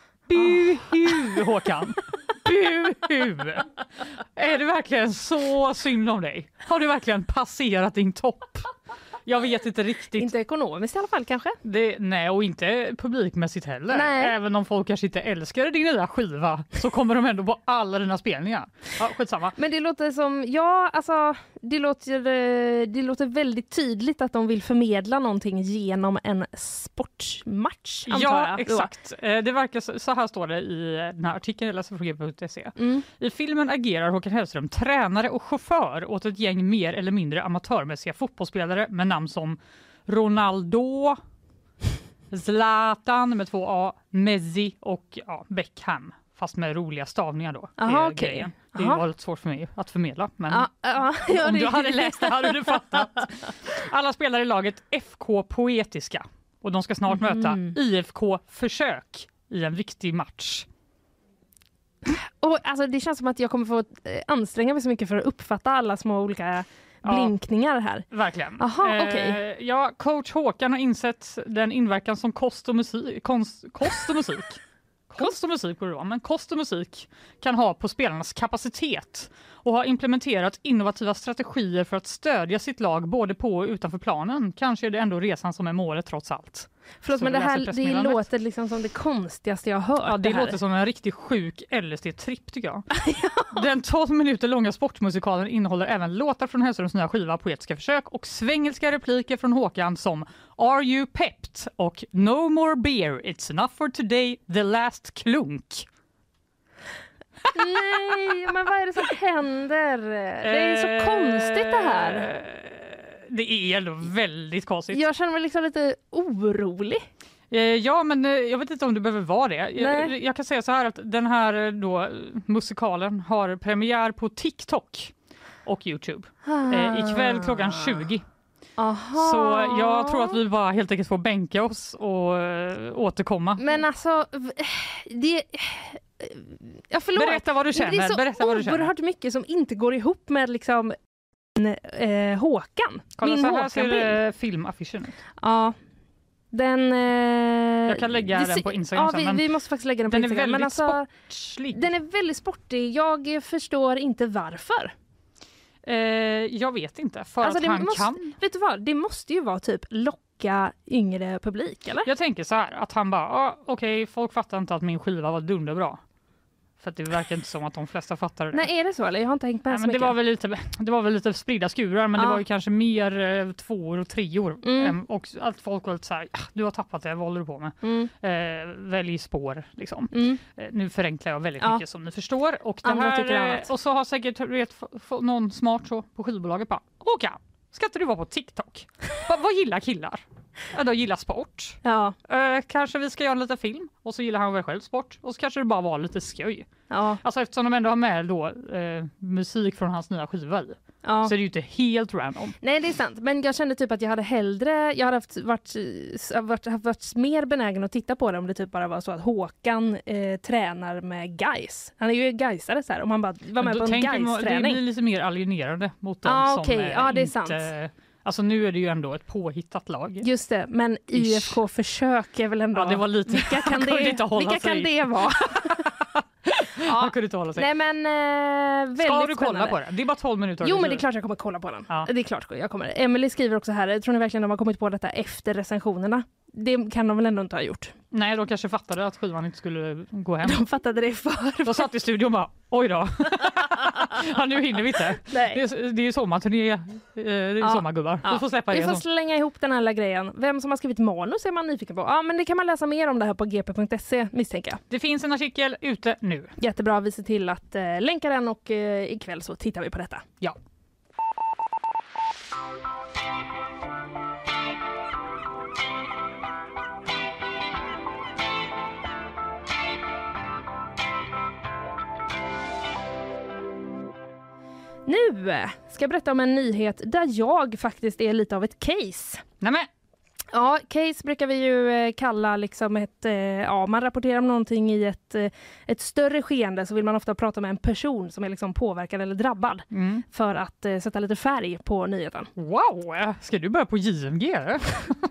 Buhu, Håkan! Buhu! Är det verkligen så synd om dig? Har du verkligen passerat din topp? Jag vet inte riktigt. Inte ekonomiskt i alla fall kanske. Det, nej, och inte publikmässigt heller. Nej. Även om folk kanske inte älskar din nya skiva så kommer de ändå på alla dina spelningar. Ja, skitsamma. Men det låter som, ja alltså det låter, eh, det låter väldigt tydligt att de vill förmedla någonting genom en sportmatch antar Ja, jag. exakt. Eh, Det verkar så, så här står det i den här artikeln jag läser på g punkt se. Mm. I filmen agerar Håkan Hellström tränare och chaufför åt ett gäng mer eller mindre amatörmässiga fotbollsspelare med namn som Ronaldo, Zlatan med två A, Messi och ja, Beckham. Fast med roliga stavningar då. Det är Aha, okej. grejen. Det Aha. var lite svårt för mig att förmedla. Men Ja, ja, ja, om det- du hade läst det hade du fattat. Alla spelar i laget F K Poetiska. Och de ska snart Mhm. möta I F K Försök i en viktig match. Och, alltså, det känns som att jag kommer få eh, anstränga mig så mycket för att uppfatta alla små olika Ja. blinkningar här. Verkligen. Aha, Eh, okej. Ja, coach Håkan har insett den inverkan som kost och musik, konst, kost och musik, kost och musik borde det vara, men kost och musik kan ha på spelarnas kapacitet och har implementerat innovativa strategier för att stödja sitt lag både på och utanför planen. Kanske är det ändå resan som är målet trots allt. Förlåt, Så men du det läser här det pressmeddelandet? låter liksom som det konstigaste jag har hört. Ja, det, här. låter som en riktigt sjuk L S D-tripp tycker jag. Den tolv minuter långa sportmusikalen innehåller även låtar från Hellströms nya skiva Poetiska försök och svengelska repliker från Håkan som Are you pepped? Och No more beer, it's enough for today, the last klunk. Nej, men vad är det som händer? Det är så Eh, konstigt det här. Det är ändå väldigt konstigt. Jag känner mig liksom lite orolig. Eh, Ja, men eh, jag vet inte om du behöver vara det. Jag, Nej. jag kan säga så här att den här eh, då, musikalen har premiär på TikTok och YouTube eh, ikväll klockan tjugo. Aha. Så jag tror att vi bara helt enkelt får bänka oss och eh, återkomma. Men alltså, v- det... Ja, förlåt. Berätta vad du Men känner. det är så Berätta vad du känner. oerhört mycket som inte går ihop med liksom eh, Håkan. Kolla, Min så här ser Håkan-bild. eh, filmaffischen ut. Ja. Den... Eh, Jag kan lägga det den ser- på Instagram Ja, sen, vi, men vi måste faktiskt lägga den på Den är Instagram. väldigt Men alltså, sportslig. den är väldigt sportig. Jag förstår inte varför. Eh, jag vet inte. För Alltså, att det han måste- kan. Vet du vad? Det måste ju vara typ locka yngre publik, eller? Jag tänker så här att han bara, ah, okej, folk fattar inte att min skiva var dunderbra. För att det verkar inte som att de flesta fattar det. Nej, är det så? Eller? Jag har inte hängt med Nej, så men det mycket. var väl lite, det var väl lite spridda skurar, men Ja. det var ju kanske mer eh, tvåor och treor. Mm. Ehm, och att folk var lite så här, ah, du har tappat det, vad håller du på med? Mm, Eh, välj spår liksom. mm. Eh, nu förenklar jag väldigt Ja. mycket som ni förstår. Och, det Andra här, tycker eh, annat. och så har säkert vet, f- f- någon smart så på skivbolaget bara, Håkan, ska inte du vara på TikTok? Va, vad gillar killar? Ja, då gillar sport. Ja. Eh, kanske vi ska göra lite film. Och så gillar han väl själv sport. Och så kanske det bara var lite skoj. Ja. Alltså eftersom de ändå har med då eh, musik från hans nya skiva i. Ja. Så är det ju inte helt random. Nej, det är sant. Men jag kände typ att jag hade hellre, jag hade haft, varit, varit, varit, varit mer benägen att titta på det om det typ bara var så att Håkan eh, tränar med Gais. Han är ju Gaisare så här. Om han bara var med Men på en tänker man- Gais-träning. Det blir lite mer alienerande mot dem Ah, som okej. eh, Ja, det är inte... sant. Alltså nu är det ju ändå ett påhittat lag. Just det, men I F K-försök är väl ändå... Ja, det var lite... Vilka kan, Han kunde det, inte hålla vilka kan sig. det vara? Han kunde inte hålla sig. Nej, men eh, väldigt Ska du kolla spännande. på det? Det är bara tolv minuter. Jo, men det är klart jag kommer kolla på den. Ja. Det är klart jag kommer. Emily skriver också här, tror ni verkligen de har kommit på detta efter recensionerna? Det kan de väl ändå inte ha gjort. Nej, de kanske fattade att skivan inte skulle gå hem. De fattade det för. De satt i studion och bara, oj då. Ja, nu hinner vi inte. Nej. Det är, det är sommarturné, eh, det är Ja. sommargubbar. Ja. Vi får släppa Vi det. får som- slänga ihop den här lilla grejen. Vem som har skrivit manus är man nyfiken på. Ja, men det kan man läsa mer om det här på g p punkt se misstänker jag. Det finns en artikel ute nu. Jättebra, vi ser till att eh, länka den och eh, ikväll så tittar vi på detta. Ja. Nu eh, ska jag berätta om en nyhet där jag faktiskt är lite av ett case. Nej men, Ja, case brukar vi ju eh, kalla liksom ett, eh, ja man rapporterar om någonting i ett, eh, ett större skeende, så vill man ofta prata med en person som är liksom påverkad eller drabbad mm. för att eh, sätta lite färg på nyheten. wow, ska du börja på J M G? Eller?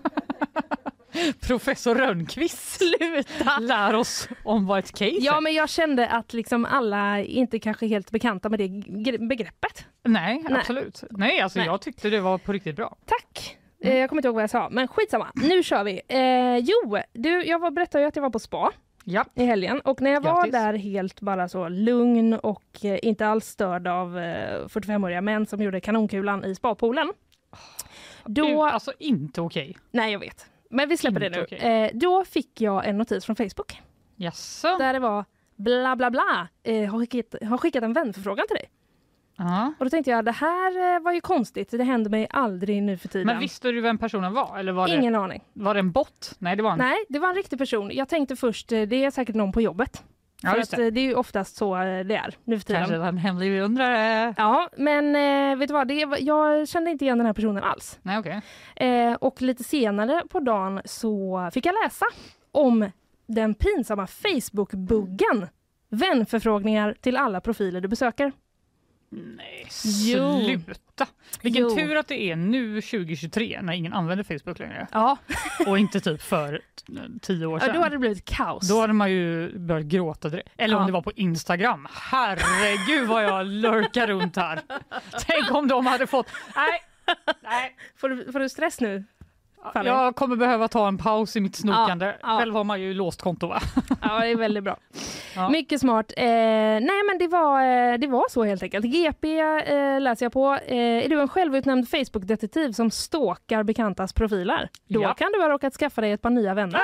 Professor Rönnqvist. Sluta! Lär oss om vad ett case Ja, är. men jag kände att liksom alla inte kanske helt bekanta med det gre- begreppet. Nej, Nej. absolut. Nej, alltså Nej. jag tyckte det var på riktigt bra. Tack! Eh, jag kommer inte ihåg vad jag sa, men skitsamma. Nu kör vi. Eh, jo, du, jag var, berättade ju att jag var på spa Ja. i helgen, och när jag var Grattis. där helt bara så lugn och eh, inte alls störd av eh, fyrtiofemåriga män som gjorde kanonkulan i spapoolen. Då, Du, alltså inte okej. nej jag vet, men vi släpper Inte det nu. okej. Eh, då fick jag en notis från Facebook Jaså? där det var bla bla bla, eh, har, skickat, har skickat en vänförfrågan till dig. Ja. Och då tänkte jag, det här eh, var ju konstigt, det händer mig aldrig nu för tiden. Men visste du vem personen var? Eller var det, Ingen aning. var det en bot? Nej, det var en... Nej, det var en riktig person. Jag tänkte först, eh, det är säkert någon på jobbet. Ja, För just att, det. eh, det är ju oftast så eh, det är nu för tiden. Kanske var en hemlig beundrare. Ja, men eh, vet du vad, det, var- jag kände inte igen den här personen alls. Nej, okej. Eh, och lite senare på dagen så fick jag läsa om den pinsamma Facebook-buggen. Vänförfrågningar till alla profiler du besöker. Nej, Jo. sluta. Vilken Jo. tur att det är nu tjugo tjugotre när ingen använder Facebook längre. Ja, Och inte typ för t- tio år ja sedan. då hade det blivit kaos. Då hade man ju börjat gråta direkt. Eller Ja. om det var på Instagram. Herregud vad jag lurkar runt här. Tänk om de hade fått... Nej, nej. Får, du, får du stress nu? Fanny? Jag kommer behöva ta en paus i mitt snokande. Ja, ja. Själv har man ju låst konto, va? Ja, det är väldigt bra. Ja. Mycket smart. Eh, nej, men det var, eh, det var så helt enkelt. G P eh, läser jag på. Eh, är du en självutnämnd Facebook-detektiv som stalkar bekantas profiler? Då Ja. kan du ha råkat skaffa dig ett par nya vänner.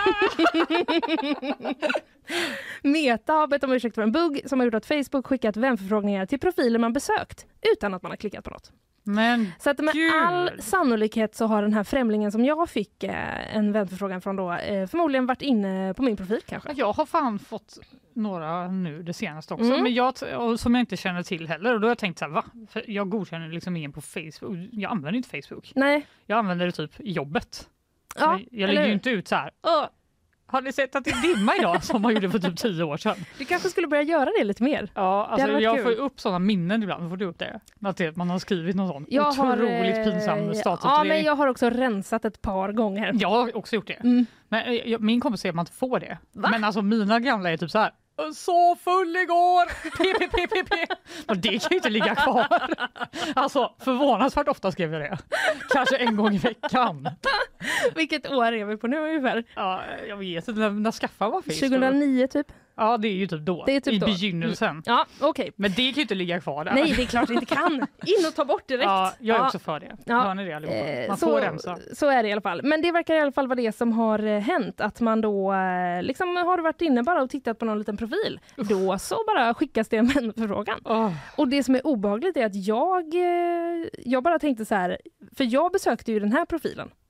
Meta har bett om ursäkt för en bugg som har gjort att Facebook skickat vänförfrågningar till profiler man besökt utan att man har klickat på något. Men Så att med Gud. all sannolikhet så har den här främlingen som jag fick eh, en vänförfrågan från då eh, förmodligen varit inne på min profil kanske. jag har fan fått några nu det senaste också. Mm. Men jag, och som jag inte känner till heller. Och då har jag tänkt så här, va? För jag godkänner liksom ingen på Facebook. Jag använder inte Facebook. Nej. Jag använder det typ i jobbet. Ja, jag jag eller lägger ju hur? inte ut så här. "Åh, har ni sett att det är dimma idag?" som man gjorde för typ tio år sedan. Du kanske skulle börja göra det lite mer. Ja, alltså hade varit jag kul. får ju upp sådana minnen ibland. Får du upp det? Att det, man har skrivit någon sån Jag har, otroligt eh, pinsam status. Ja, men jag har också rensat ett par gånger. Jag har också gjort det. Mm. Men eh, jag, min kompis säger att man inte får det. Va? Men alltså mina gamla är typ så här. Så full igår! P, P, P, P, P. Och det kan ju inte ligga kvar. Alltså förvånansvärt ofta skrev jag det. Kanske en gång i veckan. Vilket år är vi på nu ungefär? Ja, jag vet inte. När, när skaffade man Facebook? tjugohundraniå typ? Ja, det är ju typ då. Det är typ I då. begynnelsen. Ja, okej. Men det kan ju inte ligga kvar där. Nej, det är klart det inte kan. In och ta bort direkt. Ja, jag är Ja. också för det. Ja. Hör ni det allihopa? Eh, Man så, får rensa. så är det i alla fall. Men det verkar i alla fall vara det som har eh, hänt. Att man då eh, liksom har varit inne bara och tittat på någon liten profil. Då så bara skickas det en vänförfrågan. Oh. Och det som är obehagligt är att jag, eh, jag bara tänkte så här, för jag besökte ju den här profilen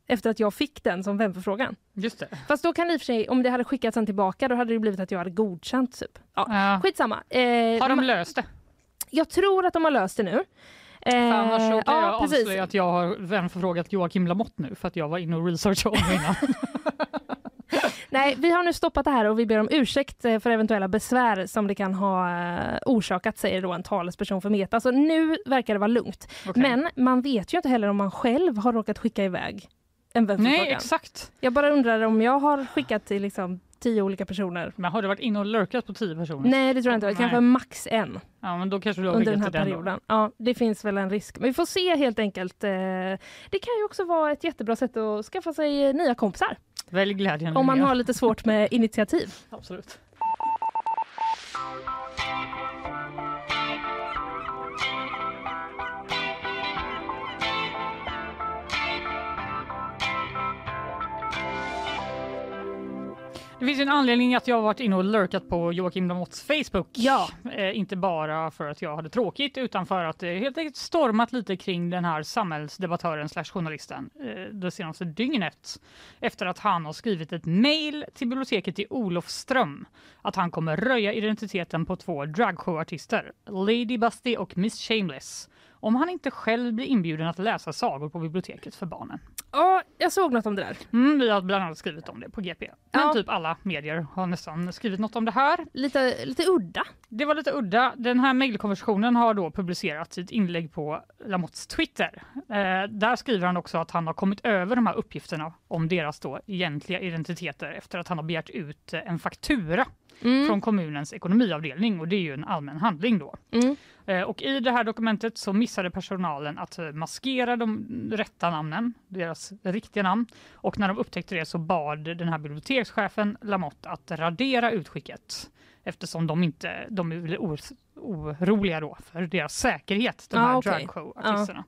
efter att jag fick den som vänförfrågan. Just det. Fast då kan det i och för sig, om det hade skickats sen tillbaka, då hade det blivit att jag hade godkänt typ. Ja, Ja. skitsamma. Eh, Har de ma- löst det? jag tror att de har löst det nu. Eh, För annars så kan ja, jag precis. avslöja att jag har vänförfrågat Joakim Lamotte nu för att jag var inne och researchade om innan. Nej, vi har nu stoppat det här och vi ber om ursäkt för eventuella besvär som det kan ha eh, orsakat, säger då en talesperson för Meta. Så nu verkar det vara lugnt. Okay. Men man vet ju inte heller om man själv har råkat skicka iväg en vänförfrågan. Nej, exakt. Jag bara undrar om jag har skickat till liksom tio olika personer. Men har du varit inne och lurkat på tio personer? Nej, det tror jag inte. Nej. Kanske max en. Ja, men då kanske du har Under den här skickat till perioden. Ja, det finns väl en risk. Men vi får se helt enkelt. Eh, det kan ju också vara ett jättebra sätt att skaffa sig nya kompisar. Välj glädjen. Om man med. har lite svårt med initiativ. Absolut. Det finns en anledning att jag har varit inne och lurkat på Joakim Lamottes Facebook. Ja. Eh, inte bara för att jag hade tråkigt utan för att det helt enkelt stormat lite kring den här samhällsdebattören slash journalisten eh, det senaste dygnet. Efter att han har skrivit ett mejl till biblioteket i Olofström att han kommer röja identiteten på två dragshowartister, Lady Busty och Miss Shameless, om han inte själv blir inbjuden att läsa sagor på biblioteket för barnen. Ja, jag såg något om det där. Mm, vi har bland annat skrivit om det på G P. Men Ja. typ alla medier har nästan skrivit något om det här. Lite, lite udda. Det var lite udda. Den här mejlkonversationen har då publicerats i ett inlägg på Lamottes Twitter. Eh, där skriver han också att han har kommit över de här uppgifterna om deras då egentliga identiteter efter att han har begärt ut en faktura Mm. från kommunens ekonomiavdelning, och det är ju en allmän handling då. Mm. Eh, och i det här dokumentet så missade personalen att eh, maskera de rätta namnen, deras riktiga namn. Och när de upptäckte det så bad den här bibliotekschefen Lamotte att radera utskicket. Eftersom de inte, de är väl or- oroliga då för deras säkerhet, de Ah, här okej. dragshow-artisterna.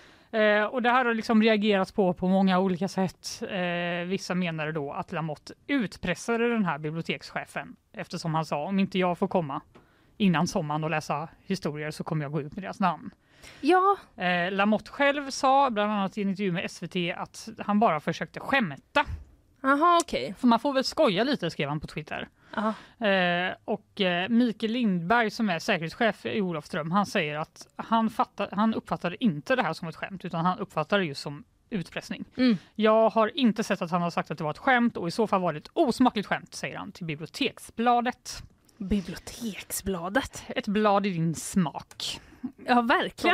Eh, och det här har liksom reagerats på på många olika sätt. Eh, vissa menade då att Lamotte utpressade den här bibliotekschefen eftersom han sa om inte jag får komma innan sommaren och läsa historier så kommer jag gå ut med deras namn. Ja, Eh, Lamotte själv sa bland annat i en intervju med S V T att han bara försökte skämta. aha, okej. För man får väl skoja lite, skrev han på Twitter. Aha. Eh, och eh, Mikael Lindberg som är säkerhetschef i Olofström, han säger att han, fattar, han uppfattade inte det här som ett skämt utan han uppfattade det just som utpressning. Mm. Jag har inte sett att han har sagt att det var ett skämt och i så fall var det ett osmakligt skämt, säger han till Biblioteksbladet. Biblioteksbladet. Ett blad i din smak. Ja, verkligen.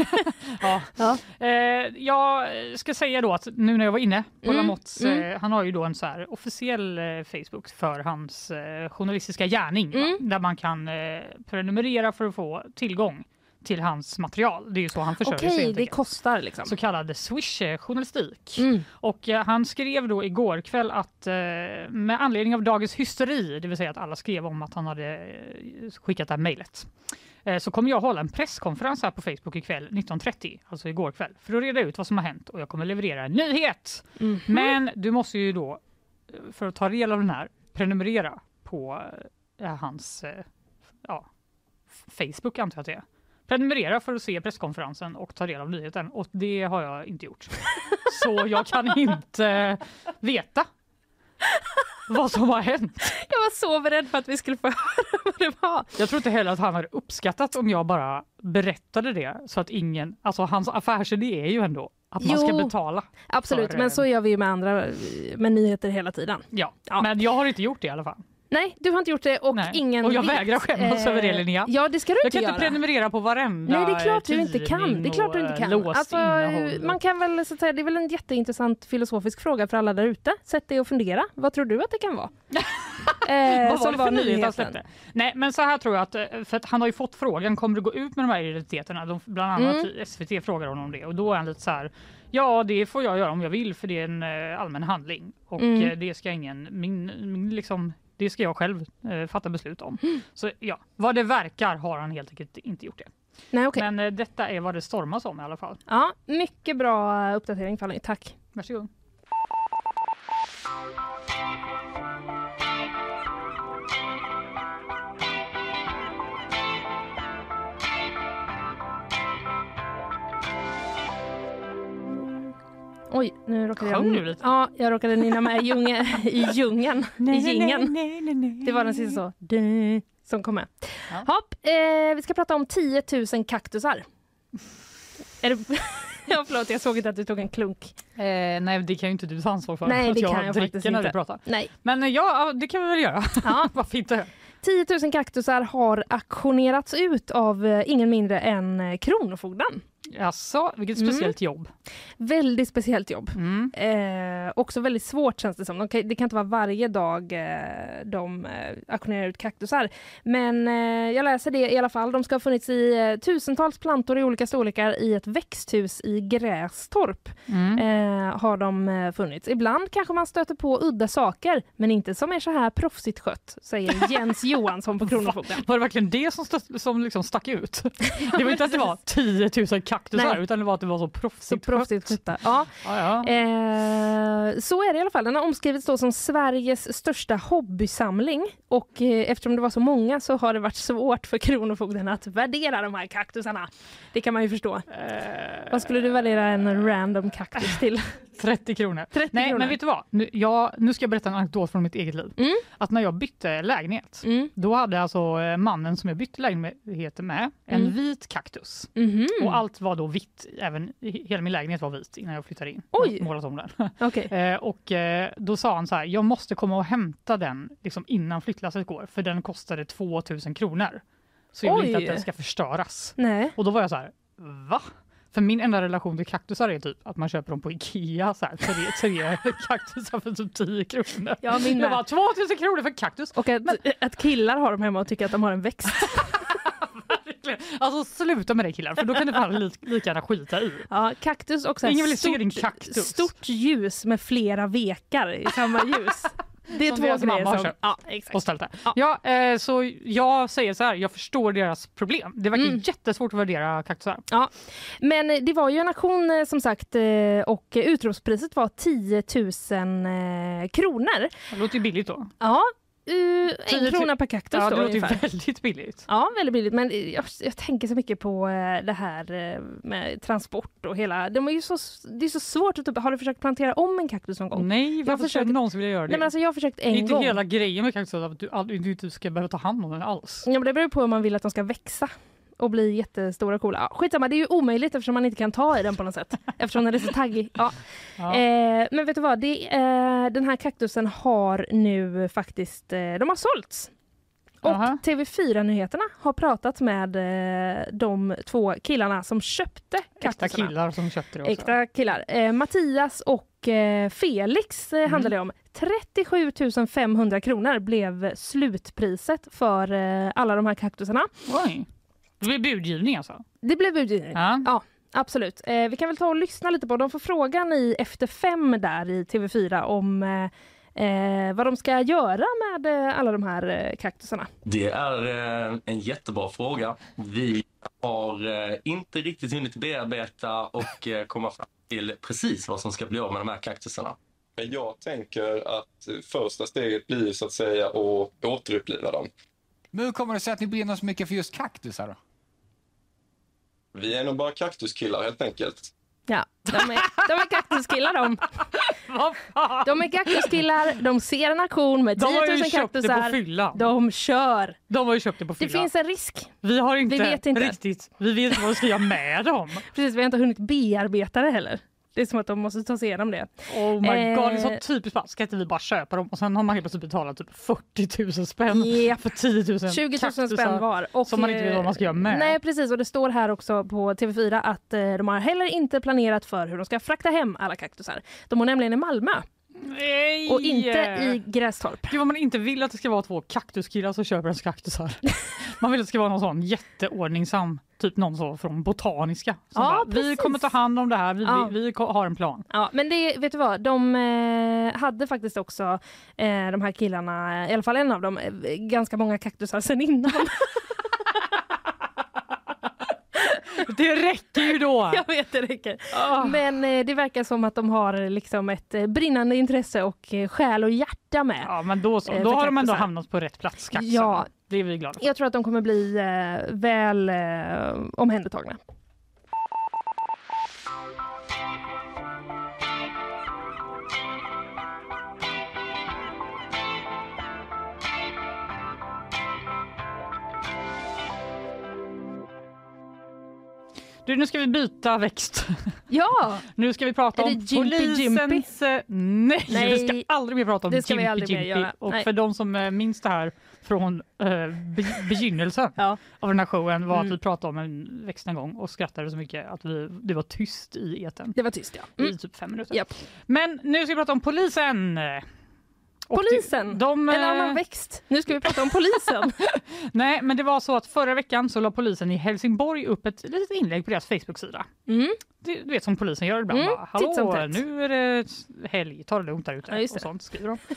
ja. Ja. Eh, jag ska säga då att nu när jag var inne på Mm, Lamottes, mm. eh, han har ju då en så här officiell eh, Facebook för hans eh, journalistiska gärning, va? Mm. Där man kan eh, prenumerera för att få tillgång till hans material. Det är ju så han försörjer sig. Okej, helt det enkelt. kostar liksom. Så kallad Swish-journalistik. Mm. Och eh, han skrev då igår kväll att eh, med anledning av dagens hysteri, det vill säga att alla skrev om att han hade eh, skickat det här mejlet, eh, så kommer jag hålla en presskonferens här på Facebook ikväll nitton trettio, alltså igår kväll, för att reda ut vad som har hänt och jag kommer leverera en nyhet. Mhm. Men du måste ju då, eh, för att ta del av den här, prenumerera på eh, hans eh, ja, f- Facebook antar jag att det är. Prenumerera för att se presskonferensen och ta del av nyheten. Och det har jag inte gjort. Så jag kan inte veta vad som har hänt. Jag var så beredd för att vi skulle få höra vad det var. Jag tror inte heller att han hade uppskattat om jag bara berättade det. Så att ingen, alltså hans affärsidé är ju ändå att man ska Jo. betala. Absolut, För, men eh, så gör vi ju med andra med nyheter hela tiden. Ja. Ja. Men jag har inte gjort det i alla fall. Nej, du har inte gjort det och Nej. ingen Och jag vet. vägrar skämmas över det, Linnea. Ja, det ska du Jag inte kan göra. inte prenumerera på varenda Nej, det är klart du inte kan. tidning Det är klart du inte och, kan. eh, låst Alltså, innehåll. man kan väl så att säga, det är väl en jätteintressant filosofisk fråga för alla där ute. Sätt dig och fundera. Vad tror du att det kan vara? eh, Vad var som det för var nyhet han nyheten. släppte? Nej, men så här tror jag att, eh, för att han har ju fått frågan, kommer du gå ut med de här identiteterna? De, bland annat Mm. S V T frågar honom om det och då är han lite så här, ja det får jag göra om jag vill för det är en eh, allmän handling och Mm. eh, det ska ingen, min, min liksom, det ska jag själv eh, fatta beslut om. Mm. Så ja, vad det verkar har han helt enkelt inte gjort det. Nej, okej. Men eh, detta är vad det stormas om i alla fall. Ja, mycket bra uppdatering Fanny. Tack. Varsågod. Oj, nu råkade jag... Sjöng du lite? Ja, jag råkade nynna med i djungeln. I djungeln. I djingeln. Det var den sista så. Du, som kom med. Ja. Hopp, eh, vi ska prata om tio tusen kaktusar. Är det... Ja, förlåt, jag såg inte att du tog en klunk. Eh, nej, det kan ju inte du ta ansvar för. Nej, att det jag kan jag dricker faktiskt när inte. du pratar. Nej. Men eh, ja, det kan vi väl göra. Ja. Varför inte? tio tusen kaktusar har auktionerats ut av eh, ingen mindre än eh, Kronofogden. Alltså, vilket speciellt mm. jobb. Väldigt speciellt jobb. Mm. Eh, också väldigt svårt känns det som. De kan, det kan inte vara varje dag eh, de eh, auktionerar ut kaktusar. Men eh, jag läser det i alla fall. De ska ha funnits i eh, tusentals plantor i olika storlekar i ett växthus i Grästorp. Mm. Eh, har de eh, funnits. Ibland kanske man stöter på udda saker, men inte som är så här proffsigt skött, säger Jens Johansson på Kronofogden. Var det verkligen det som, stö- som liksom stack ut? Det var inte att det var tio tusen kaktusar, Nej. utan det var att det var så proffsigt, så proffsigt skött. Ja. Ja, ja. Eh, så är det i alla fall. Den har omskrivits då som Sveriges största hobbysamling. Och eh, eftersom det var så många så har det varit svårt för Kronofogden att värdera de här kaktusarna. Det kan man ju förstå. Eh, Vad skulle du värdera en random kaktus till? trettio kronor. trettio Nej, kronor. men vet du vad? Nu, jag, nu ska jag berätta en anekdot från mitt eget liv. Mm. Att när jag bytte lägenhet, Mm. då hade alltså mannen som jag bytte lägenhet med en Mm. vit kaktus. Mm-hmm. Och allt var då vitt. Även hela min lägenhet var vit innan jag flyttade in. Oj! Målat om den. Okay. eh, och eh, då sa han så här, jag måste komma och hämta den liksom innan flyttlasset går. För den kostade tvåtusen kronor. Så jag vill Oj. inte att den ska förstöras. Nej. Och då var jag så här, va? För min enda relation till kaktusar är typ att man köper dem på Ikea så här, tre, tre kaktusar för typ tio kronor. Ja, min jag bara, tvåtusen kronor för kaktus. Och att, Men... att killar har dem hemma och tycker att de har en växt. Alltså sluta med det killar, för då kan det fan li- lika gärna skita i. Ja, kaktus och så Ingen vill se din stort, kaktus. stort ljus med flera vekar i samma ljus. Det är Som två deras mamma grejer har som... köpt. Ja, exakt. Och ställt det. Ja. Ja, eh, så jag säger så här, jag förstår deras problem. Det verkar Mm. jättesvårt att värdera kaktusar. Ja, men det var ju en auktion eh, som sagt eh, och utropspriset var tio tusen eh, kronor. Det låter ju billigt då. Ja, uh, tio en krona per kaktus Ja, då det låter ju ungefär. väldigt billigt. Ja, väldigt billigt. Men jag, jag tänker så mycket på eh, det här eh, med transport och hela... De är ju så, det är så svårt att typ, har du försökt plantera om en kaktus någon gång? Nej, varför försöker- skulle någon som vill göra det? Nej, men alltså jag har försökt en inte gång. hela grejen med kaktusar att du aldrig du inte ska behöva ta hand om den alls. Ja, men det beror på om man vill att de ska växa och bli jättestora och coola. Ja, skitsamma, det är ju omöjligt eftersom man inte kan ta i den på något sätt. Eftersom den är så taggig. Ja. Ja. Eh, men vet du vad? Det, eh, den här kaktusen har nu faktiskt... Eh, de har sålts. Och Aha. T V fyra-nyheterna har pratat med eh, de två killarna som köpte kaktusarna. Äkta killar som köpte det också. Äkta killar. Eh, Mattias och eh, Felix eh, Mm. handlade det om. trettiosju tusen femhundra kronor blev slutpriset för eh, alla de här kaktusarna. Oj. Det blir budgivning alltså. Det blev budgivning. Ja. Ja, absolut. Eh, vi kan väl ta och lyssna lite på. De får frågan i Efter fem där i T V fyra om eh, eh, vad de ska göra med eh, alla de här eh, kaktusarna. Det är eh, en jättebra fråga. Vi har eh, inte riktigt hunnit bearbeta och eh, komma fram till precis vad som ska bli av med de här kaktusarna. Men jag tänker att första steget blir så att säga att återuppliva dem. Men hur kommer det sig att ni brinner så mycket för just kaktusar då? Vi är nog bara kaktuskillar helt enkelt. Ja, de är, de är kaktuskillar de. Vad fan? De är kaktuskillar, de ser en aktion med De har tio ju tusen köpt det på kaktusar. fyllan. De kör. De har ju köpt det på Det fyllan. finns en risk. Vi har inte, Vi vet inte. riktigt, vi vet inte vad vi ska göra med dem. Precis, vi har inte hunnit bearbeta det heller. Det är som att de måste ta sig igenom det. Oh my Eh. god, det är så typiskt. Bara, ska inte vi bara köpa dem? Och sen har man helt plötsligt betalat typ fyrtio tusen spänn Yep. för tio tusen tjugo tusen kaktusar spänn var. Och, som man inte vet vad man ska göra med. Nej, precis. Och det står här också på T V fyra att eh, de har heller inte planerat för hur de ska frakta hem alla kaktusar. De har nämligen i Malmö Nej. och inte i Grästorp. Gud vad man inte vill att det ska vara två kaktuskillar som köper ens kaktusar. Man vill att det ska vara någon sån jätteordningsam, typ någon så från Botaniska. Som Ja, bara, vi precis. kommer ta hand om det här, vi, Ja. vi, vi har en plan. Ja, men det, vet du vad? De eh, hade faktiskt också, eh, de här killarna, i alla fall en av dem, eh, ganska många kaktusar sen innan. Det räcker ju då! Jag vet, det räcker. Ah. Men eh, det verkar som att de har liksom ett eh, brinnande intresse och eh, själ och hjärta med. Ja, men då så. Eh, Då för har de ändå kaktusar. hamnat på rätt plats, kaktusarna. Ja. Det är vi glada för. Jag tror att de kommer bli eh, väl eh, omhändertagna. Du, nu ska vi byta växt. Ja! Nu ska vi prata Är om det Jimpy polisens... Nej, Nej, vi ska aldrig mer prata om det ska vi Jimpy aldrig mer Jimpy. göra. Och Nej. för de som eh, minns det här från eh, be- begynnelsen Ja. av den här showen var Mm. att vi pratade om en växt en gång och skrattade så mycket att vi, det var tyst i etern Det var tyst, ja. Mm. i typ fem minuter. Japp. Men nu ska vi prata om polisen. Och Polisen? de- de, En annan eh, växt. Nu ska vi prata om polisen. Nej, men det var så att förra veckan så la polisen i Helsingborg upp ett litet inlägg på deras Facebook-sida. Mm. Det, du vet som polisen gör ibland. Mm, Bara, titt som hallå, tätt. nu är det helg, ta det lugnt där ute. Ja, just och det. sånt skriver de.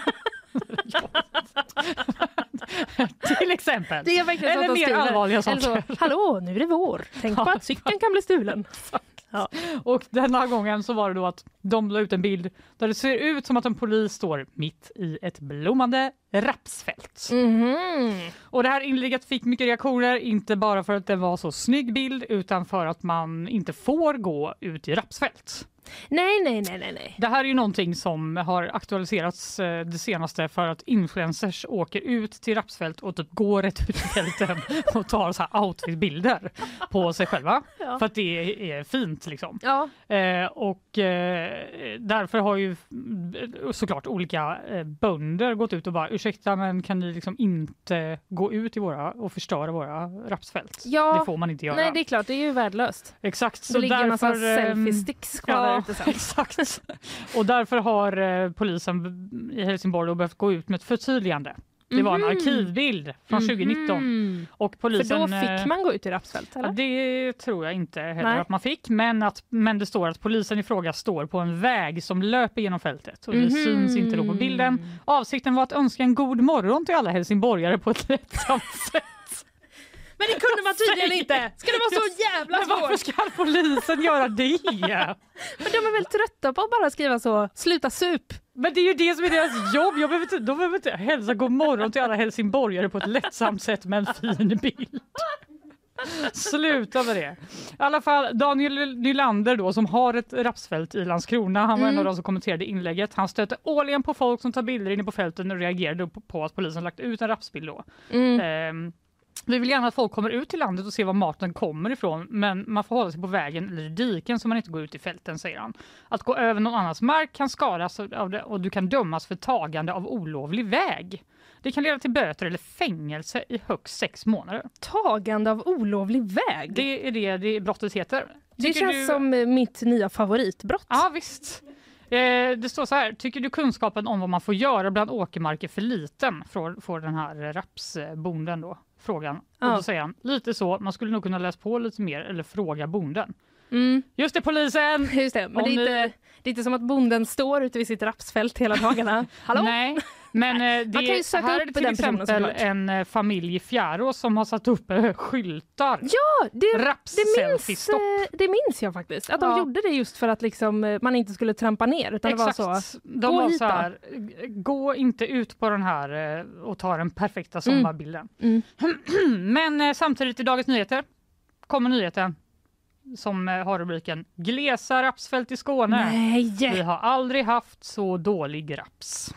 Till exempel. Det är verkligen så Eller att de mer skriver. allvarliga Eller saker. så, hallå, nu är det vår. Tänk på att cykeln kan bli stulen. Ja. Och den här gången så var det då att de la ut en bild där det ser ut som att en polis står mitt i ett blommande rapsfält. Mhm. Och det här inlägget fick mycket reaktioner, inte bara för att det var så snygg bild utan för att man inte får gå ut i rapsfält. Nej, nej, nej, nej, nej. Det här är ju någonting som har aktualiserats eh, det senaste för att influencers åker ut till rapsfält och typ går rätt ut i fälten och tar så här outfitbilder på sig själva. Ja. För att det är fint liksom. Ja. Eh, och eh, därför har ju eh, såklart olika eh, bönder gått ut och bara ursäkta, men kan ni liksom inte gå ut i våra och förstöra våra rapsfält? Ja. Det får man inte göra. Nej, det är klart, det är ju värdelöst. Exakt. Det ligger en massa därför, eh, selfie-sticks kvar där Ja, ute sen. exakt. Och därför har eh, polisen i Helsingborg då behövt gå ut med ett förtydligande. Det var en Mhm. arkivbild från tjugonitton. Mhm. Och polisen, För då eh, fick man gå ut i rapsfält, eller? Ja, det tror jag inte heller Nej. att man fick, men, att, men det står att polisen i fråga står på en väg som löper genom fältet och det Mhm. syns inte då på bilden. Avsikten var att önska en god morgon till alla helsingborgare på ett lättsamt sätt. Men det kunde man tydligen inte! Ska det vara så jävla Men varför svårt? ska polisen göra det? Men de är väl trötta på att bara skriva så, sluta sup. Men det är ju det som är deras jobb. Jag behöver inte, de behöver inte hälsa god morgon till alla helsingborgare på ett lättsamt sätt med en fin bild. Sluta med det. I alla fall Daniel Nylander då, som har ett rapsfält i Landskrona. Han var Mm. en av de som kommenterade inlägget. Han stötte årligen på folk som tar bilder inne på fälten och reagerade på, på att polisen lagt ut en rapsbild då. Mm. Ehm, vi vill gärna att folk kommer ut till landet och ser var maten kommer ifrån, men man får hålla sig på vägen eller i diken så man inte går ut i fälten, säger han. Att gå över någon annans mark kan skadas av det och du kan dömas för tagande av olovlig väg. Det kan leda till böter eller fängelse i högst sex månader. Tagande av olovlig väg. Det, Det är det, det brottet heter. Tycker känns du... som eh, mitt nya favoritbrott. Ja, visst. Eh, det står så här, tycker du kunskapen om vad man får göra bland åkermarker för liten? Får, får den här rapsbonden då frågan. Ja. Och då säger han, lite så, man skulle nog kunna läsa på lite mer eller fråga bonden. Mm. Just det, polisen! Just det, men Om det är, ni- inte, det är inte som att bonden står ute vid sitt rapsfält hela dagarna. Hallå? Nej, men eh, det, Man kan ju söka här upp är det till den personen exempel såklart. en eh, familj i Fjärås som har satt upp eh, skyltar. Ja, det, det, minns, Raps-selfie-stopp. eh, det minns jag faktiskt. Att de Ja. gjorde det just för att liksom, eh, man inte skulle trampa ner. Utan Exakt. det var så. De gå var hit så då. här, gå inte ut på den här eh, och ta den perfekta sommarbilden. Mm. Men eh, samtidigt i Dagens Nyheter kommer nyheten som eh, har rubriken Glesa rapsfält i Skåne. Vi Nej! har aldrig haft så dålig raps.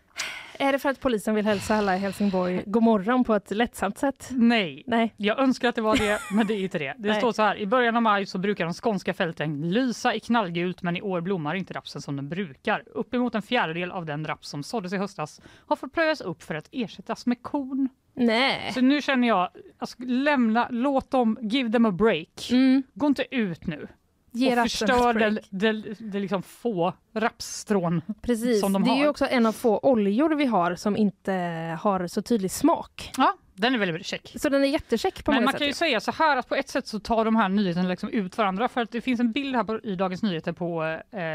Är det för att polisen vill hälsa alla i Helsingborg god morgon på ett lättsamt sätt? Nej. Nej. Jag önskar att det var det, men det är inte det. Det Nej. står så här, i början av maj så brukar de skånska fälten lysa i knallgult, men i år blommar inte rapsen som den brukar. Uppemot en fjärdedel av den raps som såddes i höstas har fått plöjas upp för att ersättas med korn. Nej. Så nu känner jag, alltså, lämna, låt dem, give them a break. Mm. Gå inte ut nu Ge och rapsen förstör ett break. det, det, det liksom få rapsstrån. Precis. som de det är ju har. också en av få oljor vi har som inte har så tydlig smak. Ja, den är väldigt, väldigt check. Så den är jättecheck på Men många man sätt. kan ju säga så här att på ett sätt så tar de här nyheterna liksom ut varandra, för att det finns en bild här på, i Dagens Nyheter på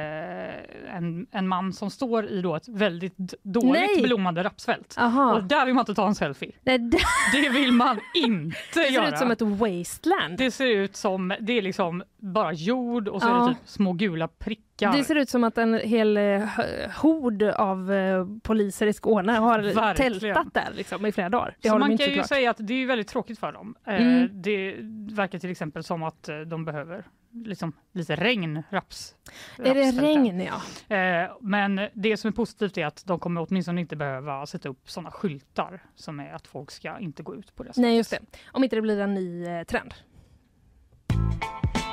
eh, en, en man som står i då ett väldigt d- dåligt Nej. blommande rapsfält. Aha. Och där vill man inte ta en selfie. Nej, det Det vill man inte ser göra. ut som ett wasteland. Det ser ut som, det är liksom bara jord och så är Ja. det typ små gula prickar. Det ser ut som att en hel eh, hord av eh, poliser i Skåne har Verkligen. tältat där liksom, i flera dagar. Det Så har de man inte kan ju såklart. säga att det är väldigt tråkigt för dem. Eh, Mm. Det verkar till exempel som att eh, de behöver liksom lite regn, raps. Är det rapsfälten. regn, ja? Eh, men det som är positivt är att de kommer åtminstone inte behöva sätta upp sådana skyltar som är att folk ska inte gå ut på det sättet. Nej, just det. Om inte det blir en ny eh, trend.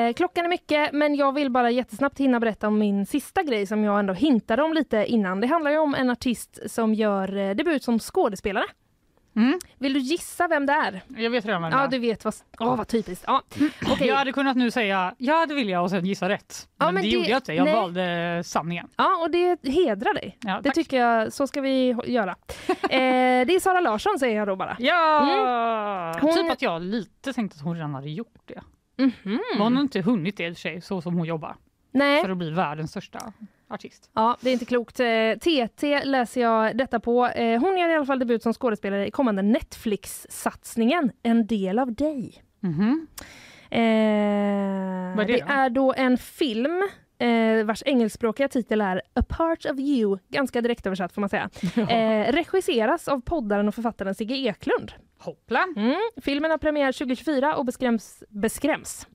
Eh, klockan är mycket, men jag vill bara jättesnabbt hinna berätta om min sista grej som jag ändå hintade om lite innan. Det handlar ju om en artist som gör eh, debut som skådespelare. Mm. Vill du gissa vem det är? Jag vet redan vem det är. Ja, du vet vad... Åh, oh, vad typiskt. Ja. Okay. Jag hade kunnat nu säga, ja det vill jag och sen gissa rätt. Men, ja, men det, det gjorde jag inte, jag nej. valde sanningen. Ja, och det hedrar dig. Ja, det tycker jag, så ska vi göra. eh, det är Sara Larsson, säger jag då bara. Ja! Mm. Hon... Typ att jag lite tänkte att hon redan hade gjort det. Mm-hmm. Hon har inte hunnit det i och för sig, så som hon jobbar. Nej. För att bli världens största artist. Ja, det är inte klokt. T T läser jag detta på. Hon gör i alla fall debut som skådespelare i kommande Netflix-satsningen En del av dig. Mm-hmm. Eh, Vad är det, det är då en film eh, vars engelskspråkiga titel är A Part of You. Ganska direkt översatt får man säga. eh, regisseras av poddaren och författaren Sigge Eklund. Hoppla. Mm. Filmen har premiär tjugo tjugofyra och beskräms... Beskräms.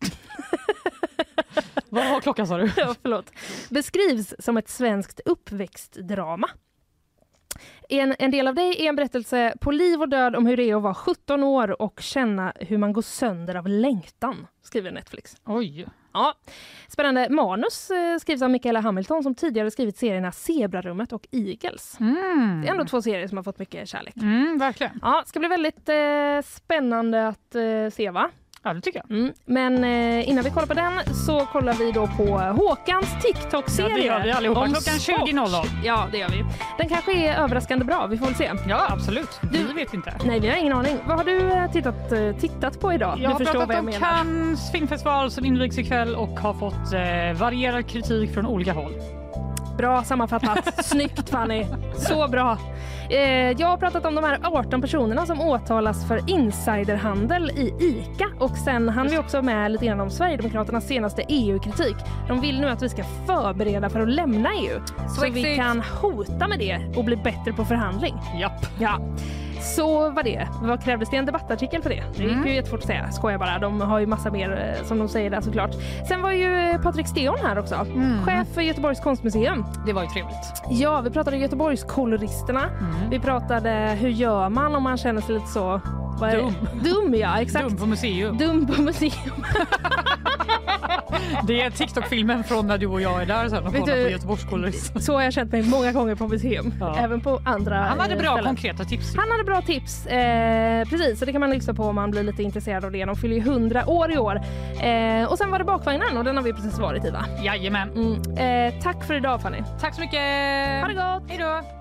Vad var klockan, sa du? Ja, förlåt. Beskrivs som ett svenskt uppväxtdrama. En, en del av dig är en berättelse på liv och död om hur det är att vara sjutton år och känna hur man går sönder av längtan, skriver Netflix. Oj. Ja. Spännande manus eh, skrivs av Michaela Hamilton som tidigare skrivit serierna Zebrarummet och Eagles. Mm. Det är ändå två serier som har fått mycket kärlek. Mm, verkligen. Ja, ska bli väldigt eh, spännande att eh, se, va? Ja, det tycker jag. Mm. Men eh, innan vi kollar på den så kollar vi då på Håkans TikTok-serie. Ja, det gör vi allihopa. Om klockan tjugo noll noll. Ja, det gör vi. Den kanske är överraskande bra, vi får väl se. Ja, absolut. Du vi vet inte. Nej, vi har ingen aning. Vad har du tittat, tittat på idag? Jag du har pratat pratat om Cannes filmfestival som invigs ikväll och har fått eh, varierad kritik från olika håll. Bra sammanfattat. Snyggt, Fanny. Så bra. Eh, jag har pratat om de här arton personerna som åtalas för insiderhandel i ICA. Och sen hann vi också med lite grann om Sverigedemokraternas senaste E U-kritik. De vill nu att vi ska förbereda för att lämna E U. Så, så vi kan hota med det och bli bättre på förhandling. Japp. Ja. Så var det. Vad krävdes det en debattartikel för det? Det gick ju jättefort att säga. Skojar bara. De har ju massa mer som de säger där såklart. Sen var ju Patrik Steon här också. Mm. Chef för Göteborgs konstmuseum. Det var ju trevligt. Ja, vi pratade Göteborgs koloristerna. Mm. Vi pratade hur gör man om man känner sig lite så... Vad är Dum. Det? Dum, ja. Exakt. Dum på museum. Dum på museum. Det är TikTok-filmen från när du och jag är där sen och kollar på Göteborgs kolorist. Så har jag känt mig många gånger på museum. Ja. Även på andra Han hade bra ställen. konkreta tips. Han hade bra tips. Eh, precis, så det kan man lyssna på om man blir lite intresserad av det. De fyller ju hundra år i år. Eh, och sen var det bakvagnen och den har vi precis varit i, va? Jajamän. Mm. Eh, tack för idag, Fanny. Tack så mycket. Ha det gott. Hej då.